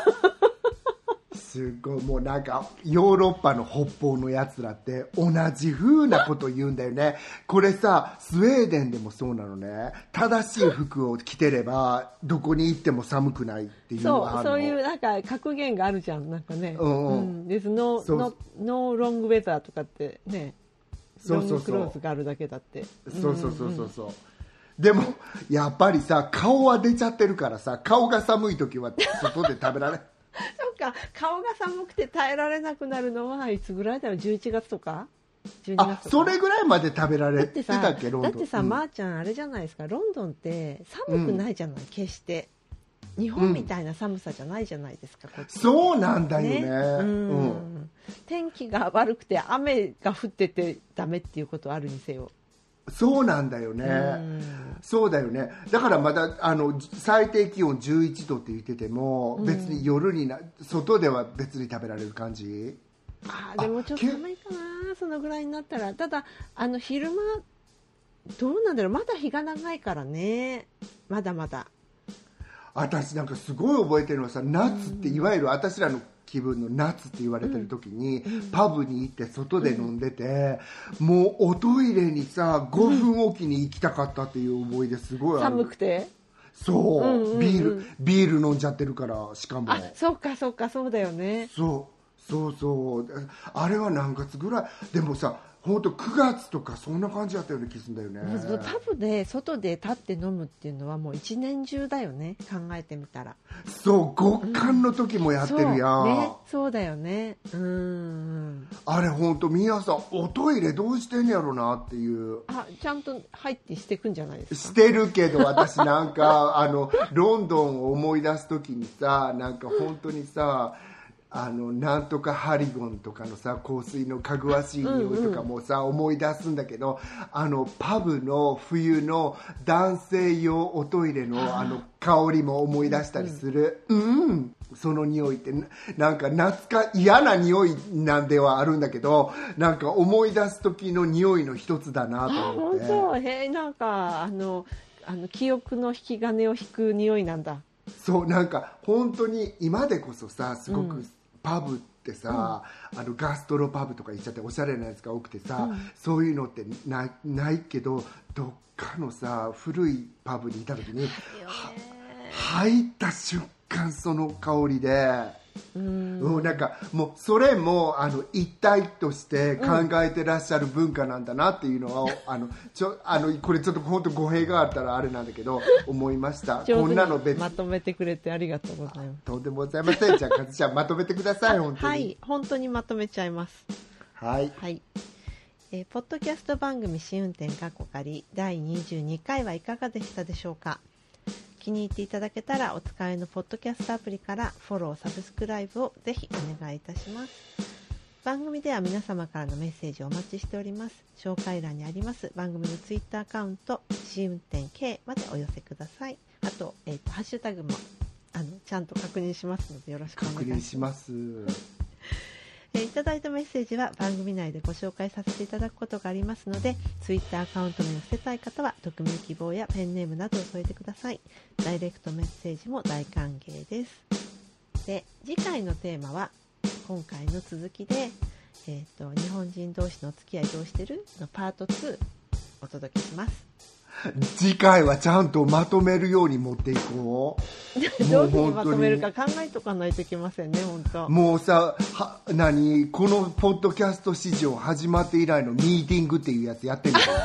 すごい、もうなんかヨーロッパの北方のやつらって同じ風なこと言うんだよね。これさ、スウェーデンでもそうなのね。正しい服を着てればどこに行っても寒くないっていうのがあるの。 そういうなんか格言があるじゃん、なんかね。There's no wrong weather とかってね。ロングクローズがあるだけだって。 そう。でもやっぱりさ、顔は出ちゃってるからさ、顔が寒い時は外で食べられそうか、顔が寒くて耐えられなくなるのはいつぐらいだろう、11月とか12月とか。 それぐらいまで食べられてたっけ、ロンドン。 だってさ、まーちゃんあれじゃないですか、ロンドンって寒くないじゃない、決して日本みたいな寒さじゃないじゃないですか、こっち。 そうなんだよね。 天気が悪くて雨が降っててダメっていうことあるにせよ。 そうなんだよね。そうだよね。だからまだ最低気温11度って言ってても、別に夜に外では別に食べられる感じ。 でもちょっと寒いかな、そのぐらいになったら。ただ昼間どうなんだろう、まだ日が長いからね、まだまだ。 私なんかすごい覚えてるのはさ、夏っていわゆる私らの気分の夏って言われてる時に、パブに行って外で飲んでて、もうおトイレにさ5分おきに行きたかったっていう思いですごいある。 寒くて。 そう、ビール飲んじゃってるから。しかもそうかそうだよね。 そうあれは何月ぐらいでもさ、本当9月とかそんな感じだったような気するんだよね。 パブで外で立って飲むっていうのはもう一年中だよね、考えてみたら。 そう、極寒の時もやってるやん。 そうだよね。 あれ本当皆さんおトイレどうしてんやろなっていう。 ちゃんと入ってしてくんじゃないですか。 してるけど、私なんかロンドンを思い出す時にさ、なんか本当にさ、なんとかハリゴンとかのさ、香水のかぐわしい匂いとかもさ、思い出すんだけど、パブの冬の男性用おトイレの香りも思い出したりする。その匂いってなんか嫌な匂いなんではあるんだけど、なんか思い出す時の匂いの一つだなと思って。 本当、なんか記憶の引き金を引く匂いなんだ。 そう、なんか本当に今でこそさ、すごくパブってさ、ガストロパブとか行っちゃっておしゃれなやつが多くてさ、そういうのってないけど、どっかのさ古いパブにいた時に入った瞬間その香りで、なんかもうそれも一体として考えてらっしゃる文化なんだなっていうのを、これちょっと本当語弊があったらあれなんだけど思いました。こんなの別にまとめてくれてありがとうございます。 とんでもございません。じゃあかずちゃんまとめてください。本当に。 はい、本当にまとめちゃいます。 はい、 ポッドキャスト番組試運転仮第22回はいかがでしたでしょうか。気に入っていただけたらお使いのポッドキャストアプリからフォロー、サブスクライブをぜひお願いいたします。 番組では皆様からのメッセージをお待ちしております。紹介欄にあります番組のツイッターアカウント試運転 K までお寄せください。あと、ハッシュタグもちゃんと確認しますのでよろしくお願いします。いただいたメッセージは番組内でご紹介させていただくことがありますので、ツイッターアカウントに寄せたい方は匿名希望やペンネームなどを添えてください。ダイレクトメッセージも大歓迎です。で、次回のテーマは今回の続きで、日本人同士のお付き合いどうしてるのパート2お届けします。 次回はちゃんとまとめるように持っていこう。 どういうふうにまとめるか考えとかないといけませんね。本当もうさ、このポッドキャスト史上始まって以来のミーティングっていうやつやってみた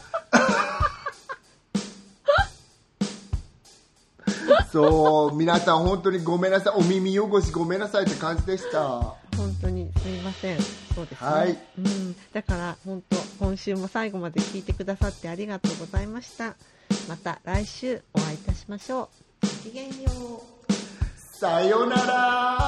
そう皆さん本当にごめんなさい、お耳汚しごめんなさいって感じでした。 本当にすいません。そうですね、 はい、 だから本当今週も最後まで聞いてくださってありがとうございました。また来週お会いいたしましょう。ごきげんよう。 さよなら。